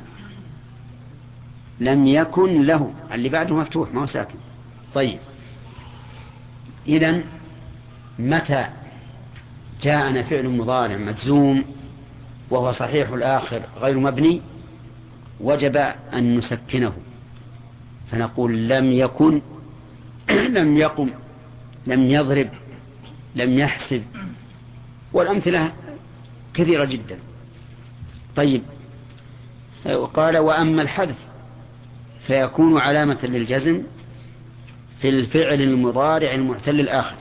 لم يكن له، اللي بعده مفتوح ما هو ساكن. طيب، إذن متى جاءنا فعل مضارع مجزوم وهو صحيح الآخر غير مبني وجب أن نسكنه، فنقول لم يكن، لم يقم، لم يضرب، لم يحسب، والأمثلة كثيرة جدا. طيب، وقال وأما الحذف فيكون علامة للجزم في الفعل المضارع المعتل الآخر.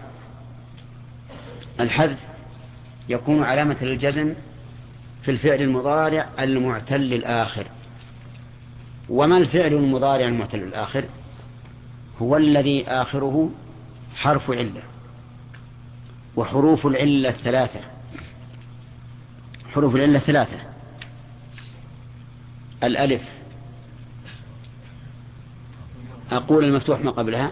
الحذف يكون علامة للجزم في الفعل المضارع المعتل الآخر. وما الفعل المضارع المعتل الآخر؟ هو الذي آخره حرف علة، وحروف العلة ثلاثة. حروف العلة ثلاثة: الألف، أقول المفتوح ما قبلها،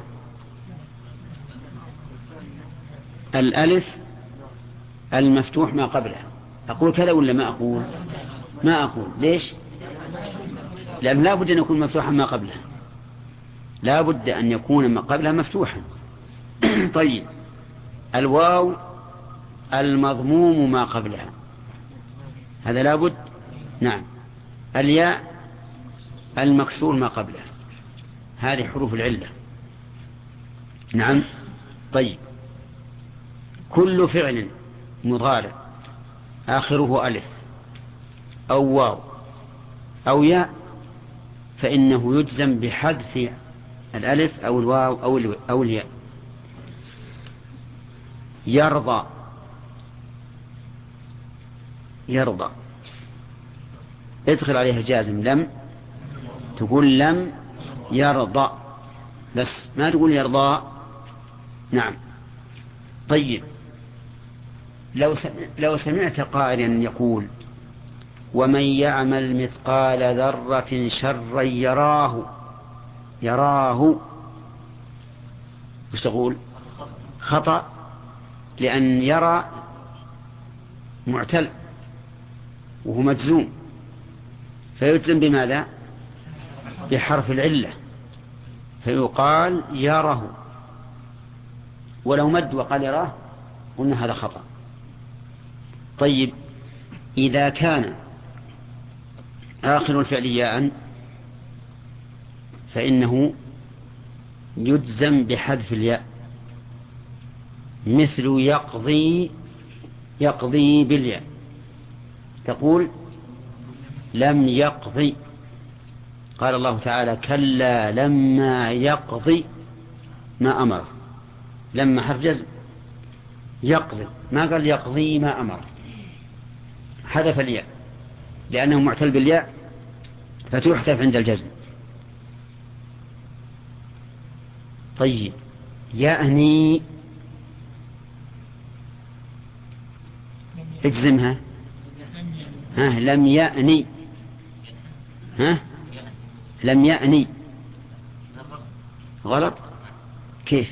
الألف المفتوح ما قبلها. أقول كذا ولا ما أقول؟ ما أقول. ليش؟ لأن لا بد أن يكون مفتوحا ما قبلها، لا بد أن يكون ما قبلها مفتوحا. طيب، الواو المضموم ما قبلها، هذا لا بد. نعم. الياء المكسور ما قبلها، هذه حروف العلة. نعم. طيب، كل فعل مضارع آخره ألف أو واو أو ياء فإنه يجزم بحذف الألف أو الواو أو الياء. يرضى، يرضى ادخل عليها جازم، لم تقول لم يرضى بس، ما تقول يرضى. نعم. طيب، لو سمعت قائلا يقول ومن يعمل مثقال ذرة شرا يراه، وش تقول؟ خطأ، لأن يرى معتل وهو مجزوم، فيجزم بماذا؟ بحرف العلة، فيقال يراه. ولو مد وقال يراه قلنا هذا خطأ. طيب، إذا كان آخر الفعل ياء فإنه يجزم بحذف الياء، مثل يقضي بالياء، تقول لم يقضي. قال الله تعالى كلا لما يقضي ما أمره، لما حرف جزم، يقضي، ما قال يقضي ما أمره، حذف الياء لأنه معتل بالياء فتحذف عند الجزم. طيب، يأني اجزمها. لم يأني، لم يأني غلط. كيف؟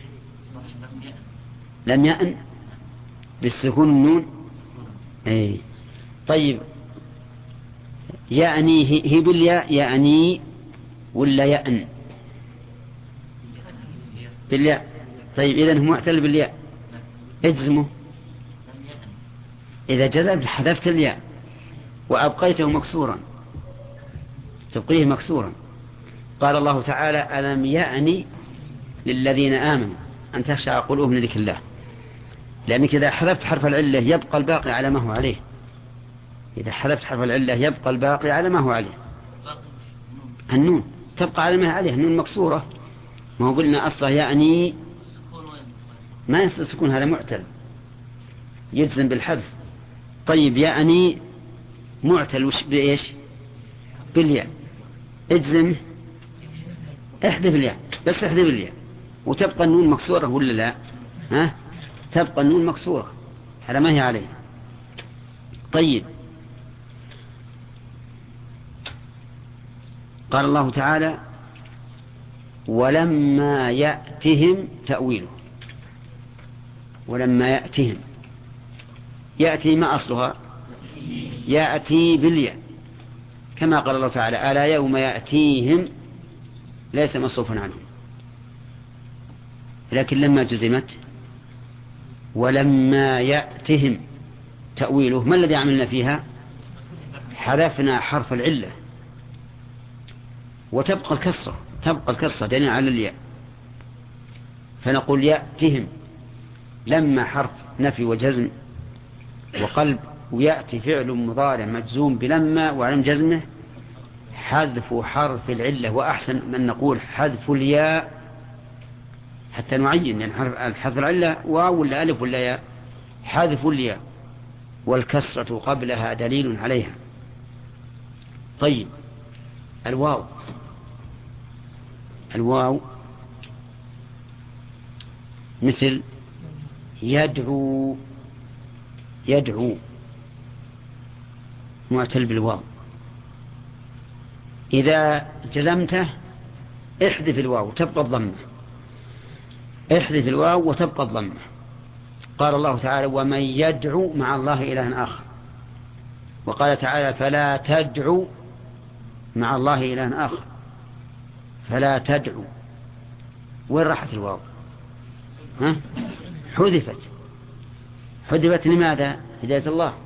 لم يأن بالسكون النون. اي. طيب، يأني هي بالياء يأني ولا يأن؟ بالياء. طيب إذن هو معتل بالياء اجزمه. إذا جزمت حذفت الياء وأبقيته مكسورا تبقيه مكسورا. قال الله تعالى ألم يأني للذين آمنوا أن تخشع قلوبهم لذكر الله. لأنك إذا حذفت حرف العلة يبقى الباقي على ما هو عليه. إذا حذفت حرف العلة يبقى الباقي على ما هو عليه. النون تبقى على ما هي عليه، النون مكسورة. ما هو قلنا أصلا يعني ما يصير سكون، هذا معتل يجزم بالحذف. طيب يعني معتل وش بإيش؟ بالياء. اجزم احذف الياء، بس احذف الياء وتبقى النون مكسورة ولا لا؟ ها؟ تبقى النون مكسورة على ما هي عليه. طيب قال الله تعالى ولما يأتهم تأويله. ولما يأتهم، يأتي ما أصلها؟ يأتي بالياء، كما قال الله تعالى ألا يوم يأتيهم ليس مصروفا عنهم. لكن لما جزمت ولما يأتهم تأويله، ما الذي عملنا فيها؟ حذفنا حرف العلة وتبقى الكسرة، تبقى الكسرة دليل على الياء. فنقول يأتهم لما حرف نفي وجزم وقلب، ويأتي فعل مضارع مجزوم بلما وعلم جزمه حذف حرف العلة. وأحسن من نقول حذف الياء حتى نعين، يعني حذف العلة واو ولا ألف ولا ياء؟ حذف الياء والكسرة قبلها دليل عليها. طيب الواو، الواو مثل يدعو، يدعو معتل بالواو. إذا جزمته احذف الواو تبقى الضمة، احذف الواو وتبقى الضمة. قال الله تعالى ومن يدعو مع الله إلها آخر. وقال تعالى فلا تدعو مع الله إلها آخر. فلا تدعو، وين راحت الواو؟ ها؟ حذفت. حذفت لماذا؟ هداية الله،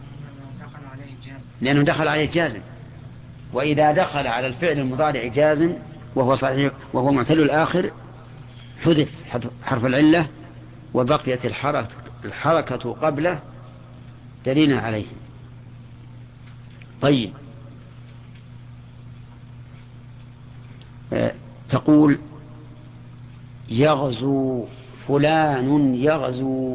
لأنه دخل عليه جازم. وإذا دخل على الفعل المضارع جازم وهو صحيح وهو معتل الآخر حذف حرف العلة وبقيت الحركة قبله دليل عليه. طيب تقول يغزو فلان، يغزو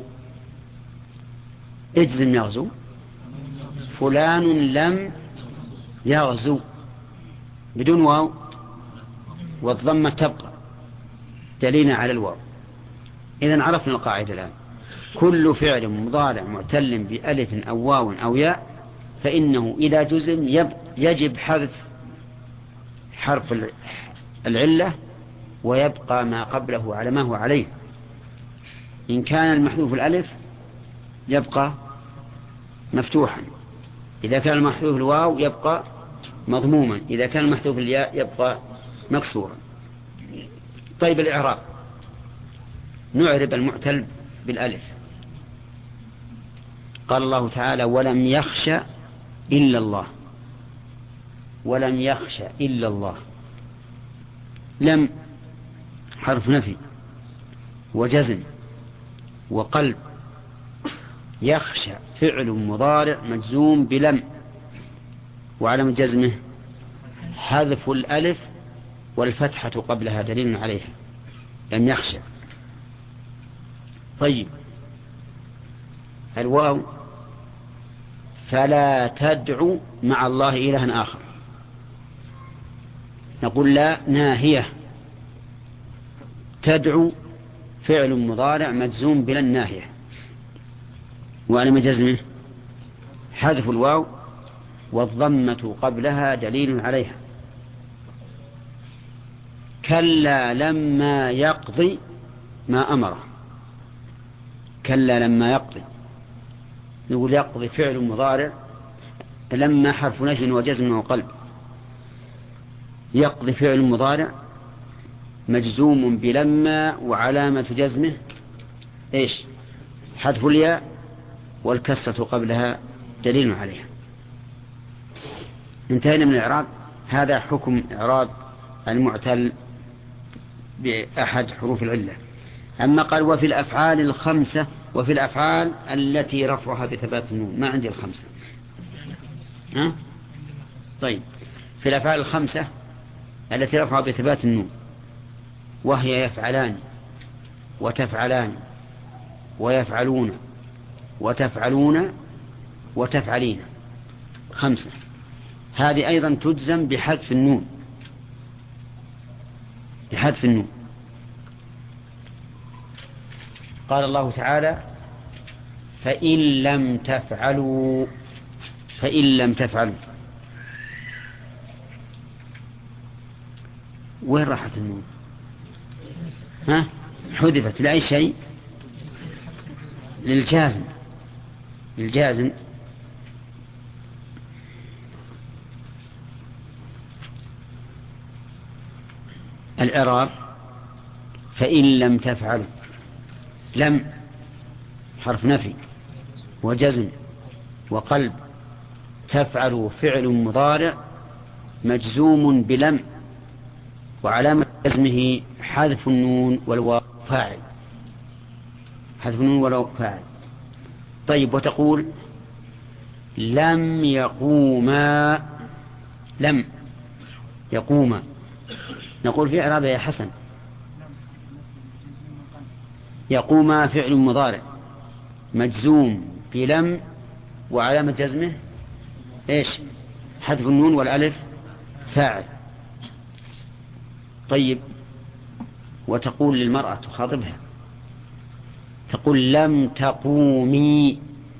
اجزم يغزو. فلان لم يغزو بدون واو والضمة تبقى دليل على الواو. إذن عرفنا القاعدة الآن، كل فعل مضارع معتل بألف أو واو أو ياء فإنه إذا جزم يجب حذف حرف العلة ويبقى ما قبله على ما هو عليه. إن كان المحذوف الألف يبقى مفتوحا، إذا كان المحذوف الواو يبقى مضموما، إذا كان المحذوف الياء يبقى مكسورا. طيب الإعراب، نعرب المعتل بالألف. قال الله تعالى ولم يخش إلا الله. ولم يخش إلا الله، لم حرف نفي وجزم وقلب. يخشى فعل مضارع مجزوم بلم وعلم جزمه حذف الألف والفتحة قبلها دليل عليها، لم يخشى. طيب الواو فلا تدعو مع الله إلها آخر. نقول لا ناهية. تدعو فعل مضارع مجزوم بلا الناهية وعلم جزمه حذف الواو والضمة قبلها دليل عليها. كلا لما يقضي ما أمره. كلا لما يقضي، نقول يقضي فعل مضارع لما حرف نفي وجزم وقلب. يقضي فعل مضارع مجزوم بلما وعلامة جزمه إيش؟ حذف الياء والكسرة قبلها دليل عليها. انتهينا من الإعراب. هذا حكم إعراب المعتل بأحد حروف العلة. أما قال وفي الأفعال الخمسة، وفي الأفعال التي رفعها بثبات النون، ما عندي الخمسة. ها؟ طيب، في الأفعال الخمسة التي رفعها بثبات النون، وهي يفعلان وتفعلان ويفعلون وتفعلون وتفعلين، 5. هذه أيضا تجزم بحذف النون، بحذف النون. قال الله تعالى فإن لم تفعلوا، فإن لم تفعلوا، وين راحت النون؟ ها؟ حذفت لأي شيء؟ للجازم، للجازم. الإعراب فإن لم تفعلوا، لم حرف نفي وجزم وقلب، تفعلوا فعل مضارع مجزوم بلم وعلامة جزمه حذف النون والواو فاعل، حذف النون والواو فاعل. طيب، وتقول لم يقوما، لم يقوما، نقول في إعرابها يا حسن يقوما فعل مضارع مجزوم بلم وعلامة جزمه إيش؟ حذف النون والألف فاعل. طيب، وتقول للمرأة تخاطبها تقول لم تقومي،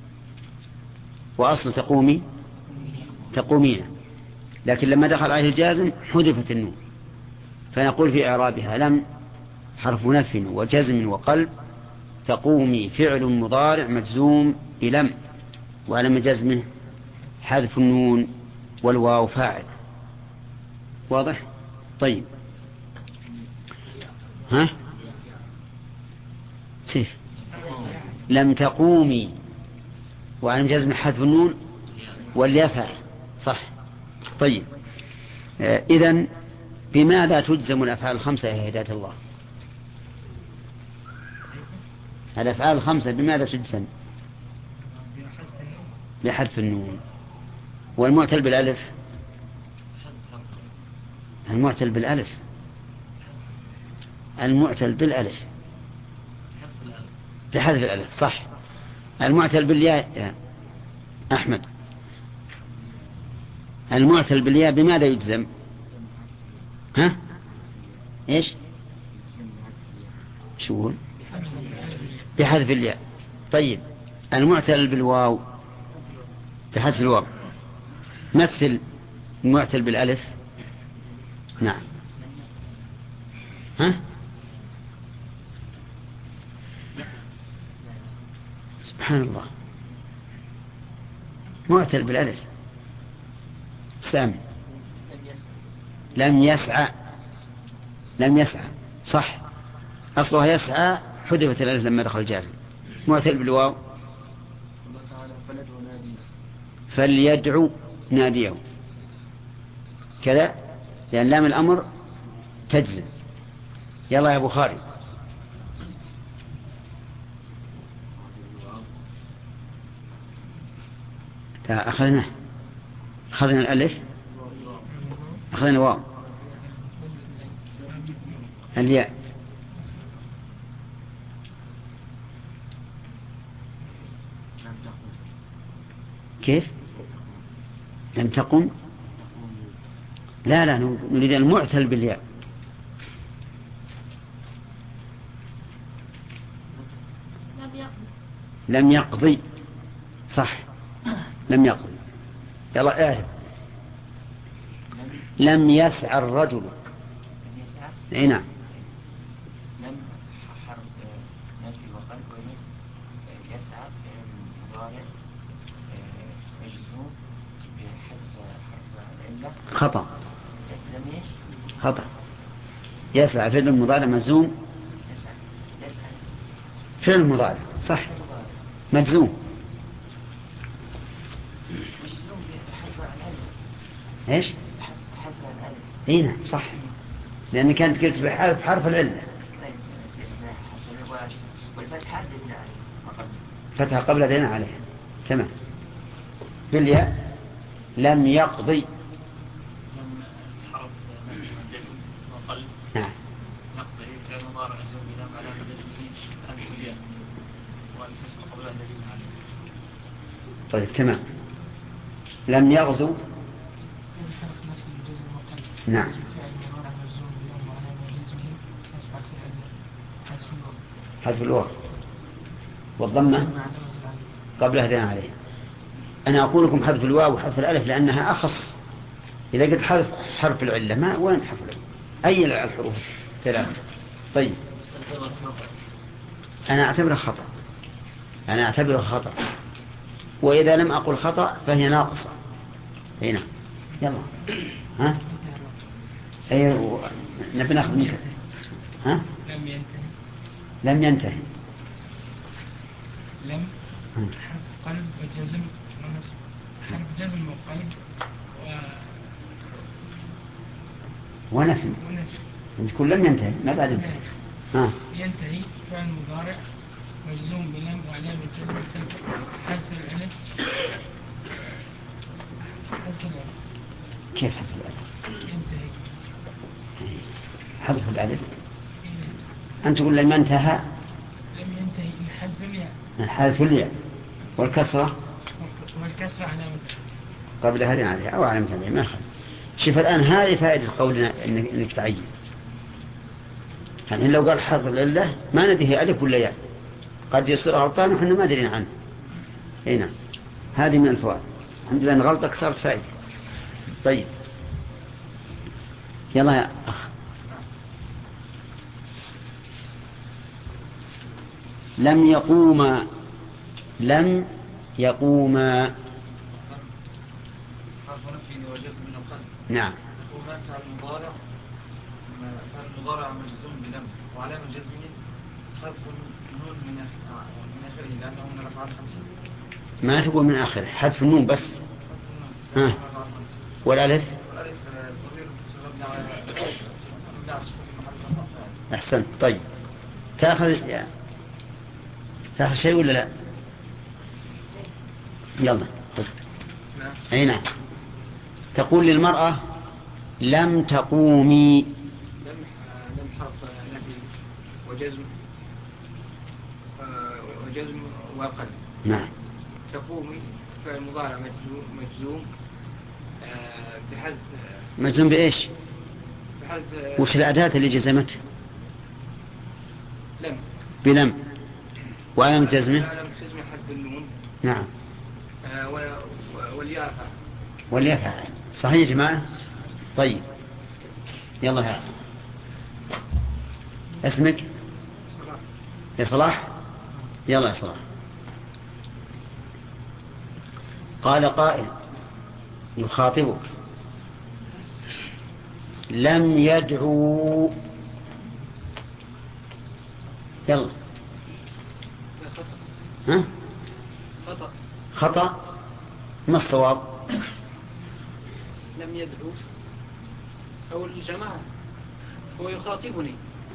وأصل تقومي تقومين، لكن لما دخل عليه الجازم حذفت النون، فنقول في إعرابها لم حرف نفي وجزم وقلب، تقومي فعل مضارع مجزوم بلم وعلامة جزمه حذف النون والواو فاعل. واضح؟ طيب، ها؟ كيف؟ لم تقومي وعلامة جزمه حذف النون والياء فاعل، صح. طيب، إذن بماذا تجزم الأفعال الخمسة يا هداية الله؟ الأفعال الخمسة بماذا تجزم؟ بحذف النون. والمعتل بالألف؟ المعتل بالألف، المعتل بالألف بحذف الألف، صح. المعتل بالياء يا أحمد، المعتل بالياء بماذا يجزم؟ ها؟ إيش؟ شو؟ بحذف الياء. طيب، المعتل بالواو بحذف الواو. مثل المعتل بالألف. نعم. ها؟ سبحان الله، معتل بالألف. سامي لم يسعى، لم يسعى، صح. أصلها يسعى حذفت الألف لما دخل الجازم. معتل بالواو فليدعو ناديه، كذا، لأن لام الأمر تجزم. يلا يا بخاري. أخذنا الألف، أخذنا الواو، الياء. كيف؟ لم تقم؟ لا لا، نريد المعتل بالياء. لم يقضي، صح، لم يقضي. يلا اعرف. لم يسعى الرجل. اي نعم. لم حرف نفي وقلب يسعى مضارع مجزوم بحذف حرف العلة. خطأ، لم ايش؟ خطأ. يسعى فعل المضارع مجزوم. فعل المضارع صح مجزوم. ايش؟ هنا صح، لأن كانت قلت بحرف العلة. فتح قبل دين عليه. تمام. بالياء لم يقضي. لم حرف جزم وقل. نعم. يقضي فعل مضارع مجزوم بلام علامة جزمه ألف الياء والكسر قبل دليل عليه. طيب تمام. لم يغزو. نعم. حذف الواو والضمة قبلها دين عليه. أنا أقول لكم حذف الواو وحذف الألف لأنها أخص. إذا قلت حرف العلة ما وين حرف العلة؟ أي الحروف ثلاثة. طيب أنا أعتبره خطأ. وإذا لم أقل خطأ فهي ناقصة. هنا يلا ها أي نبي ناخذ منك. ها لم ينتهي. لم حرف قلب وجزم ونصب. حرف جزم وقلب ونفي. تقول لم ينتهي ما بعد انتهي. ها ينتهي فعل مضارع مجزوم بلم وعلامة جزم حذف الألف. كيف حذف الألف؟ ينتهي حذف الألف. أنت تقول لم ينتهى. لم ينتهي حذف الياء. حذف الياء والكسرة علامة قبل هذه عليها أو علامة عليها ما خل. شوف الآن هذه فائدة قولنا إنك تعين. يعني لو قال حرف العلة ما ندري ألف ولا ياء قد يصير غلطان وحنا ما درينا عنه. هنا هذه من الفوائد. الحمد لله أن غلطك صارت فائدة. طيب يلا يا أخ. لم يقوما حرف نفي وجزم وقل. نعم. يقومان فعل المضارع مجزوم بلم وعلامة جزمه حذف النون من آخره لأنه من الأفعال الخمسة. ما تقول من آخره حذف النون بس. ها والألف أحسن. طيب تأخذ شيء ولا لا؟ يلا أي نعم. تقول للمرأة لم تقومي. لم حرف نفي وجزم وقل. نعم. تقومي فعل مضارع مجزوم بحذف. مجزوم بإيش؟ وش الأداة اللي جزمته؟ لم. بلم وعلامة جزمه حذف النون. نعم. والياء صحيح يا جماعة. طيب يلا يا اسمك يا صلاح. يلا يا صلاح. قال قائل يخاطبك لم يدعو. يلا ها خطأ. ما الصواب؟ لم يدعو أو الجماعة هو يخاطبني.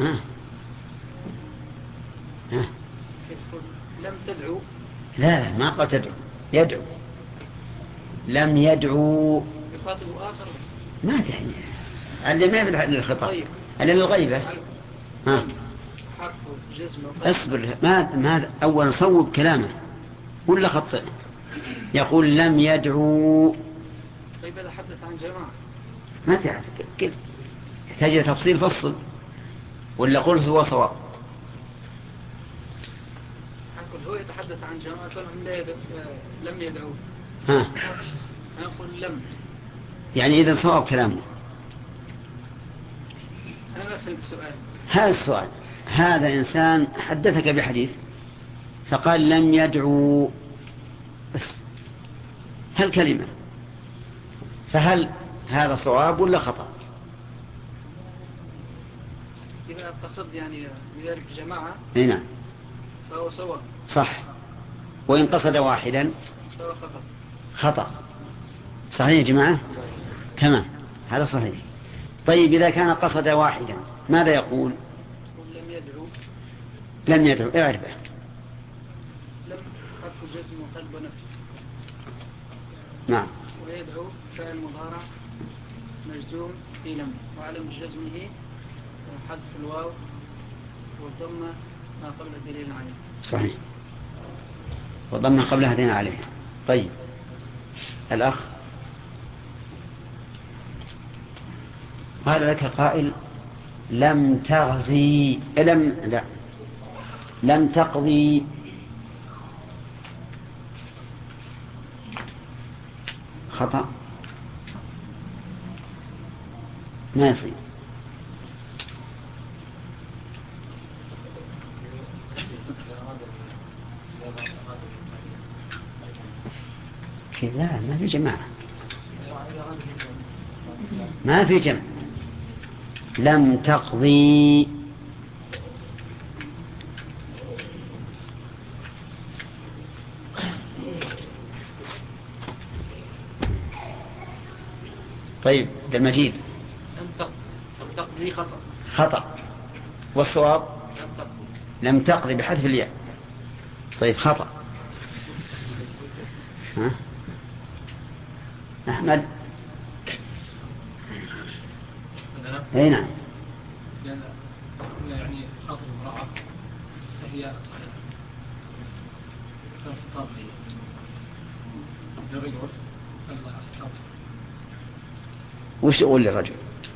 لم تدعو. لا ما قال تدعو. يدعو. لم يدعو يخاطب آخر ما تعني اللي ما يبلغ للخطأ اللي للغيبة. حرف جزم. اصبر ما أولا صوب كلامه ولا خطئ. يقول لم يدعو. طيب هذا حدث عن جماعة ما تعرف كيف تحتاج تفصيل فصل ولا قل هو صواب. هو يتحدث عن جماعة لم يدعو. أقول لم يعني إذا صواب كلامه. أنا ما فهمت السؤال. هذا السؤال. هذا إنسان حدثك بحديث فقال لم يدعو بس هالكلمة فهل هذا صواب ولا خطأ؟ قصد يعني بذلك جماعة. نعم. فهو سواء. صح. وإن قصد واحدا فهو خطأ. خطأ. صحيح يا جماعة؟ تمام، هذا صحيح. طيب إذا كان قصد واحدا ماذا يقول؟ لم يدعو. لم يدعو، اعرفه. لم حرف جزم وقلب ونفي. نعم. ويدعو فعل مضارع مجزوم في لم، وعلم جزمه حذف الواو والضمة ما قبل الدليل عليه. صحيح، وضمن قبلها دين عليه. طيب الأخ قال لك قائل لم تغزي لم تقضي. خطأ، ما يصير. لا، ما في جماعة، ما في جمع. لم تقضي. طيب المجيد لم تقضي خطأ. خطأ، والصواب لم تقضي بحذف الياء. طيب خطأ. ها؟ أحمد. أي نعم. يعني خاطر امرأة فهي صحيحة. تقضي للرجل وش يقول للرجل؟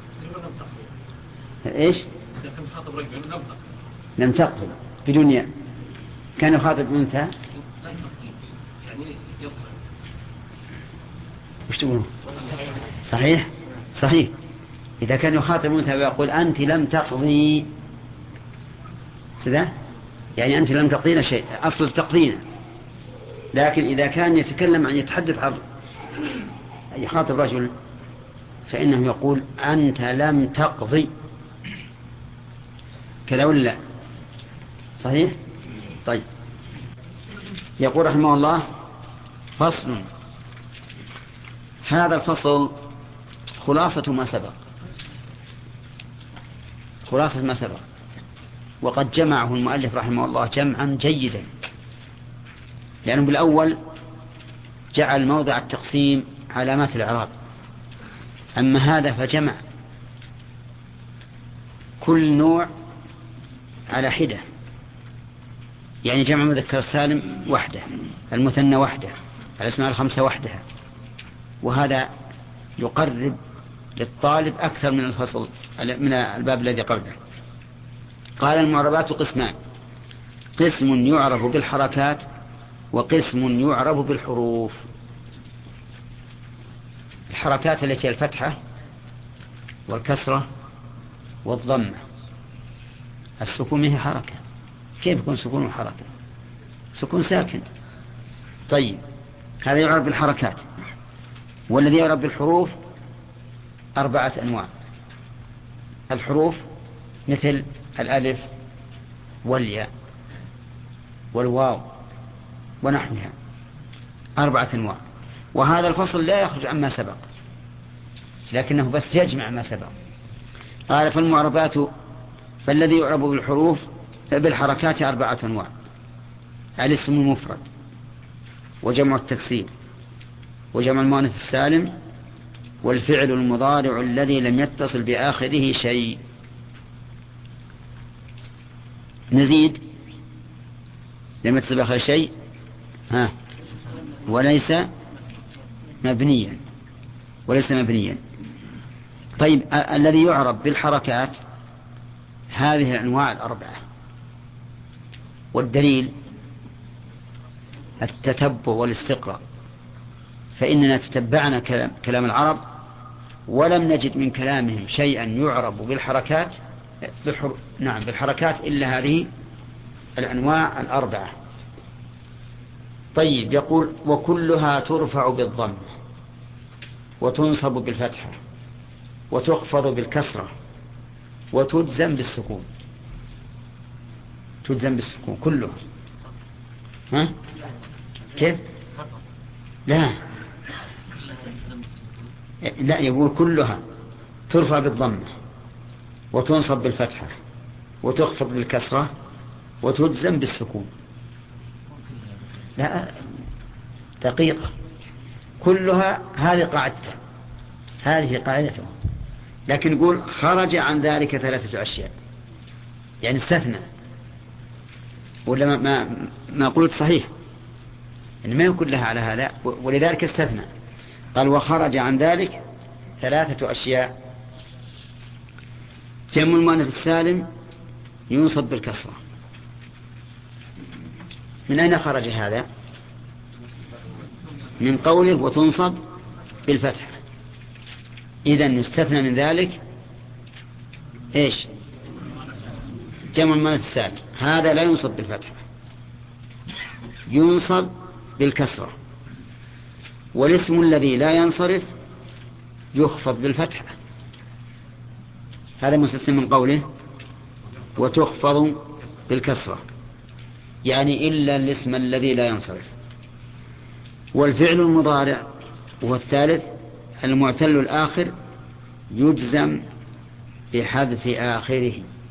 ايش؟ لم تخاطب رجل لم تقضي بدنيا. كان يخاطب أنثى يعني يطلع. وش تقولون؟ صحيح صحيح. إذا كان يخاطب أنثى ويقول أنت لم تقضي كذا، يعني أنت لم تقضينا شيء، أصل تقضينا. لكن إذا كان يتكلم عن يتحدث عن يخاطب رجل فإنه يقول أنت لم تقضي كذا ولا لا؟ صحيح. طيب يقول رحمه الله فصل. هذا الفصل خلاصة ما سبق، خلاصة ما سبق، وقد جمعه المؤلف رحمه الله جمعا جيدا، لأنه بالأول جعل موضع التقسيم علامات الإعراب، أما هذا فجمع كل نوع على حدة، يعني جمع مذكر السالم وحده، المثنى وحده، الأسماء الخمسة وحدها، وهذا يقرب للطالب أكثر من الفصل من الباب الذي قبله. قال المعربات قسمان: قسم يعرف بالحركات وقسم يعرف بالحروف. الحركات التي هي الفتحة والكسرة والضمة. السكون هي حركة، كيف يكون سكون وحركة؟ سكون ساكن. طيب هذا يعرف بالحركات. والذي يعرف بالحروف 4 أنواع. الحروف مثل الألف والياء والواو ونحوها، 4 أنواع. وهذا الفصل لا يخرج عما سبق، لكنه بس يجمع ما سبق. قال فالمعربات، فالذي يعرب بالحروف بالحركات 4 أنواع: الاسم المفرد، وجمع التكسير، وجمع المؤنث السالم، والفعل المضارع الذي لم يتصل بآخره شيء. نزيد: لم يتصل بآخره شيء وليس مبنيا، وليس مبنيا. طيب الذي يعرب بالحركات هذه الأنواع 4، والدليل التتبع والاستقراء، فإننا تتبعنا كلام العرب ولم نجد من كلامهم شيئا يعرب بالحركات بالحركات إلا هذه الأنواع 4. طيب يقول: وكلها ترفع بالضم، وتنصب بالفتحة، وتخفض بالكسرة، وتجزم بالسكون. تجزم بالسكون كلها. ها كيف؟ لا لا، يقول كلها ترفع بالضمة وتنصب بالفتحة وتخفض بالكسرة وتجزم بالسكون. لا دقيقة، كلها هذه قاعدته، هذه قاعدته. لكن يقول خرج عن ذلك 3 أشياء، يعني استثنى، ولا ما قلت صحيح يعني ما يكون لها على هذا، ولذلك استثنى. قال وخرج عن ذلك 3 أشياء: جمع المؤنث السالم ينصب بالكسرة. من أين خرج هذا؟ من قوله وتنصب بالفتح. إذن يستثنى من ذلك إيش؟ جمع المؤنث السالم، هذا لا ينصب بالفتح، ينصب بالكسرة. والاسم الذي لا ينصرف يخفض بالفتح، هذا مستثنى من قوله وتخفض بالكسرة، يعني إلا الاسم الذي لا ينصرف. والفعل المضارع وهو الثالث المعتل الآخر يجزم بحذف آخره.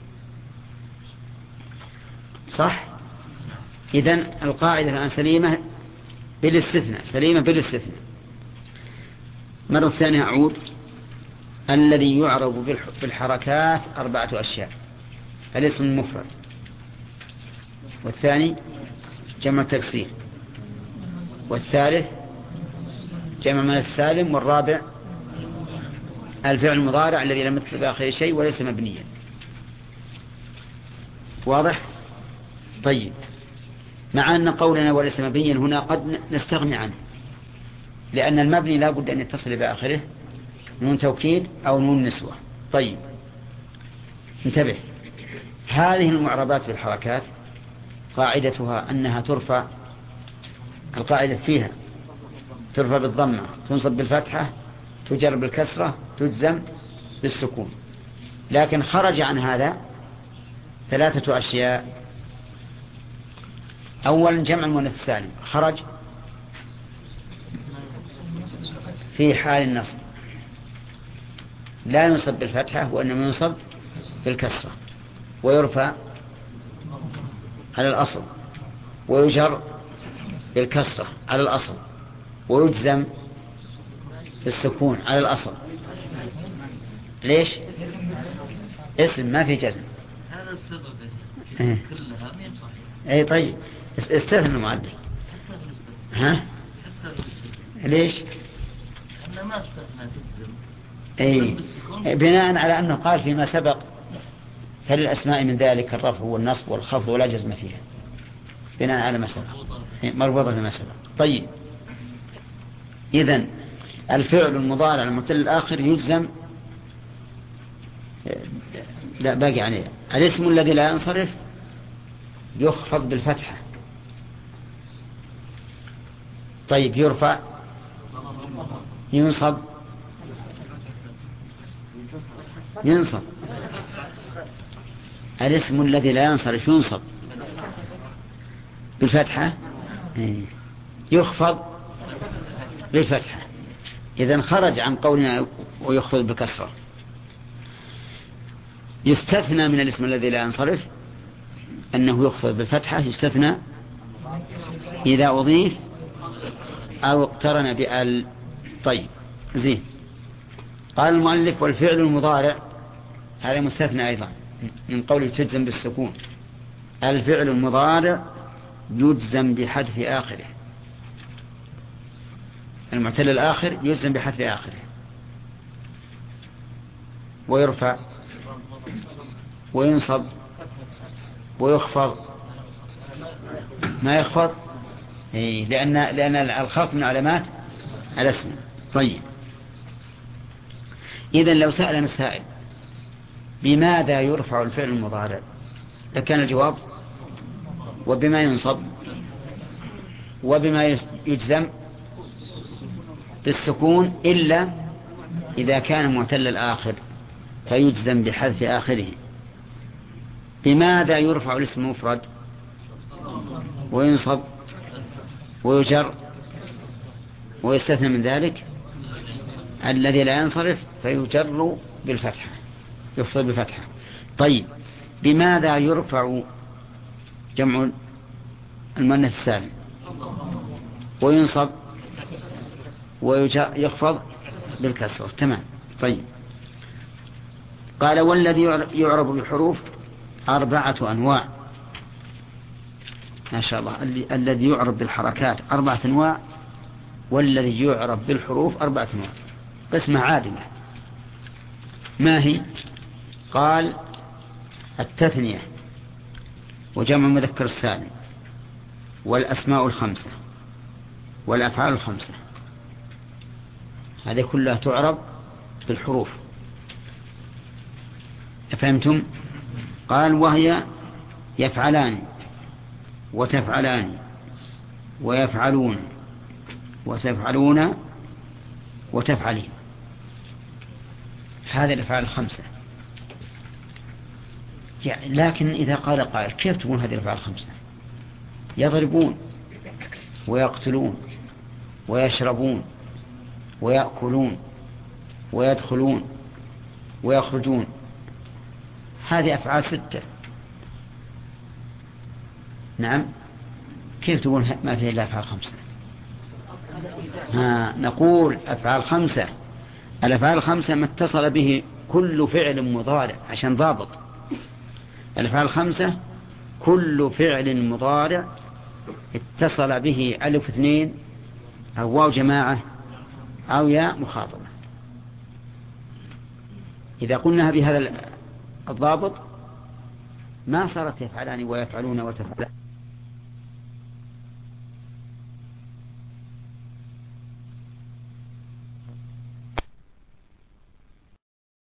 صح؟ إذن القاعدة الآن سليمة بالاستثناء، سليمة بالاستثناء. مرة ثانية أعود: الذي يعرب بالحركات 4 أشياء: الاسم المفرد، والثاني جمع التكسير، والثالث جمع من السالم، والرابع الفعل المضارع الذي لم يتصل بآخر شيء وليس مبنيا. واضح؟ طيب، مع أن قولنا وليس مبنيا هنا قد نستغني عنه، لأن المبني لا بد أن يتصل بآخره نون توكيد أو نون نسوة. طيب انتبه، هذه المعربات بالحركات قاعدتها أنها ترفع، القاعدة فيها ترفع بالضمة، تنصب بالفتحة، تجر بالكسرة، تجزم بالسكون. لكن خرج عن هذا 3 أشياء: أولا جمع المؤنث السالم خرج في حال النصب، لا ينصب بالفتحة وإنما ينصب بالكسرة، ويرفع على الأصل، ويجر بالكسرة على الأصل، ويجزم بالسكون على الأصل. ليش؟ اسم ما في جزم. هذا السبب كلها مين صحيح. اي طيب، استثنى المعلم. ها؟ ليش؟ أنا ما استثنى تجزم. اي بناء على أنه قال فيما سبق فللأسماء من ذلك الرفع والنصب والخفض ولا جزم فيها، بناء على ما سبق، مربوطة بما سبق. طيب، إذن الفعل المضارع المعتل الآخر يجزم، لا باقي عليه، الاسم الذي لا ينصرف يخفض بالفتحة. طيب، يرفع، ينصب، ينصب. الاسم الذي لا ينصرف ينصب بالفتحة، يخفض بالفتحة. إذن خرج عن قولنا ويخفض بالكسرة. يستثنى من الاسم الذي لا ينصرف أنه يخفض بالفتحة، يستثنى إذا أضيف أو اقترن بأل. طيب زين. قال المؤلف: والفعل المضارع، هذا مستثنى أيضا من قوله تجزم بالسكون. الفعل المضارع يجزم بحذف آخره، المعتل الآخر يجزم بحذف آخره، ويرفع وينصب ويخفض. ما يخفض لأن الخفض من علامات الاسم. طيب، إذن لو سألنا السائل بماذا يرفع الفعل المضارع لكان الجواب وبما ينصب وبما يجزم بالسكون، إلا إذا كان معتل الآخر فيجزم بحذف آخره. بماذا يرفع الاسم المفرد وينصب ويجر ويستثنى من ذلك الذي لا ينصرف فيجر بالفتحة، يفصل بالفتحة. طيب بماذا يرفع جمع المؤنث السالم وينصب ويخفض بالكسرة؟ تمام. طيب قال والذي يعرب بالحروف 4 أنواع. ما شاء الله، الذي يعرب بالحركات 4 أنواع، والذي يعرب بالحروف 4 أنواع، قسمة عادلة. ما هي؟ قال التثنية وجمع المذكر السالم والأسماء 5 والأفعال 5، هذه كلها تعرب بالحروف. أفهمتم؟ قال وهي يفعلان وتفعلان ويفعلون وتفعلون وتفعلين، هذه الأفعال 5. يعني لكن إذا قال قائل كيف تكون هذه الأفعال 5؟ يضربون ويقتلون ويشربون ويأكلون ويدخلون ويخرجون، هذه أفعال 6. نعم، كيف تقول ما فيه إلا أفعال 5؟ نقول أفعال 5. الأفعال 5 ما اتصل به كل فعل مضارع، عشان ضابط. الأفعال 5 كل فعل مضارع اتصل به ألف 2 أو واو جماعة أو ياء مخاطبة. إذا قلنا بهذا الضابط ما صارت يفعلان ويفعلون وتفعلان،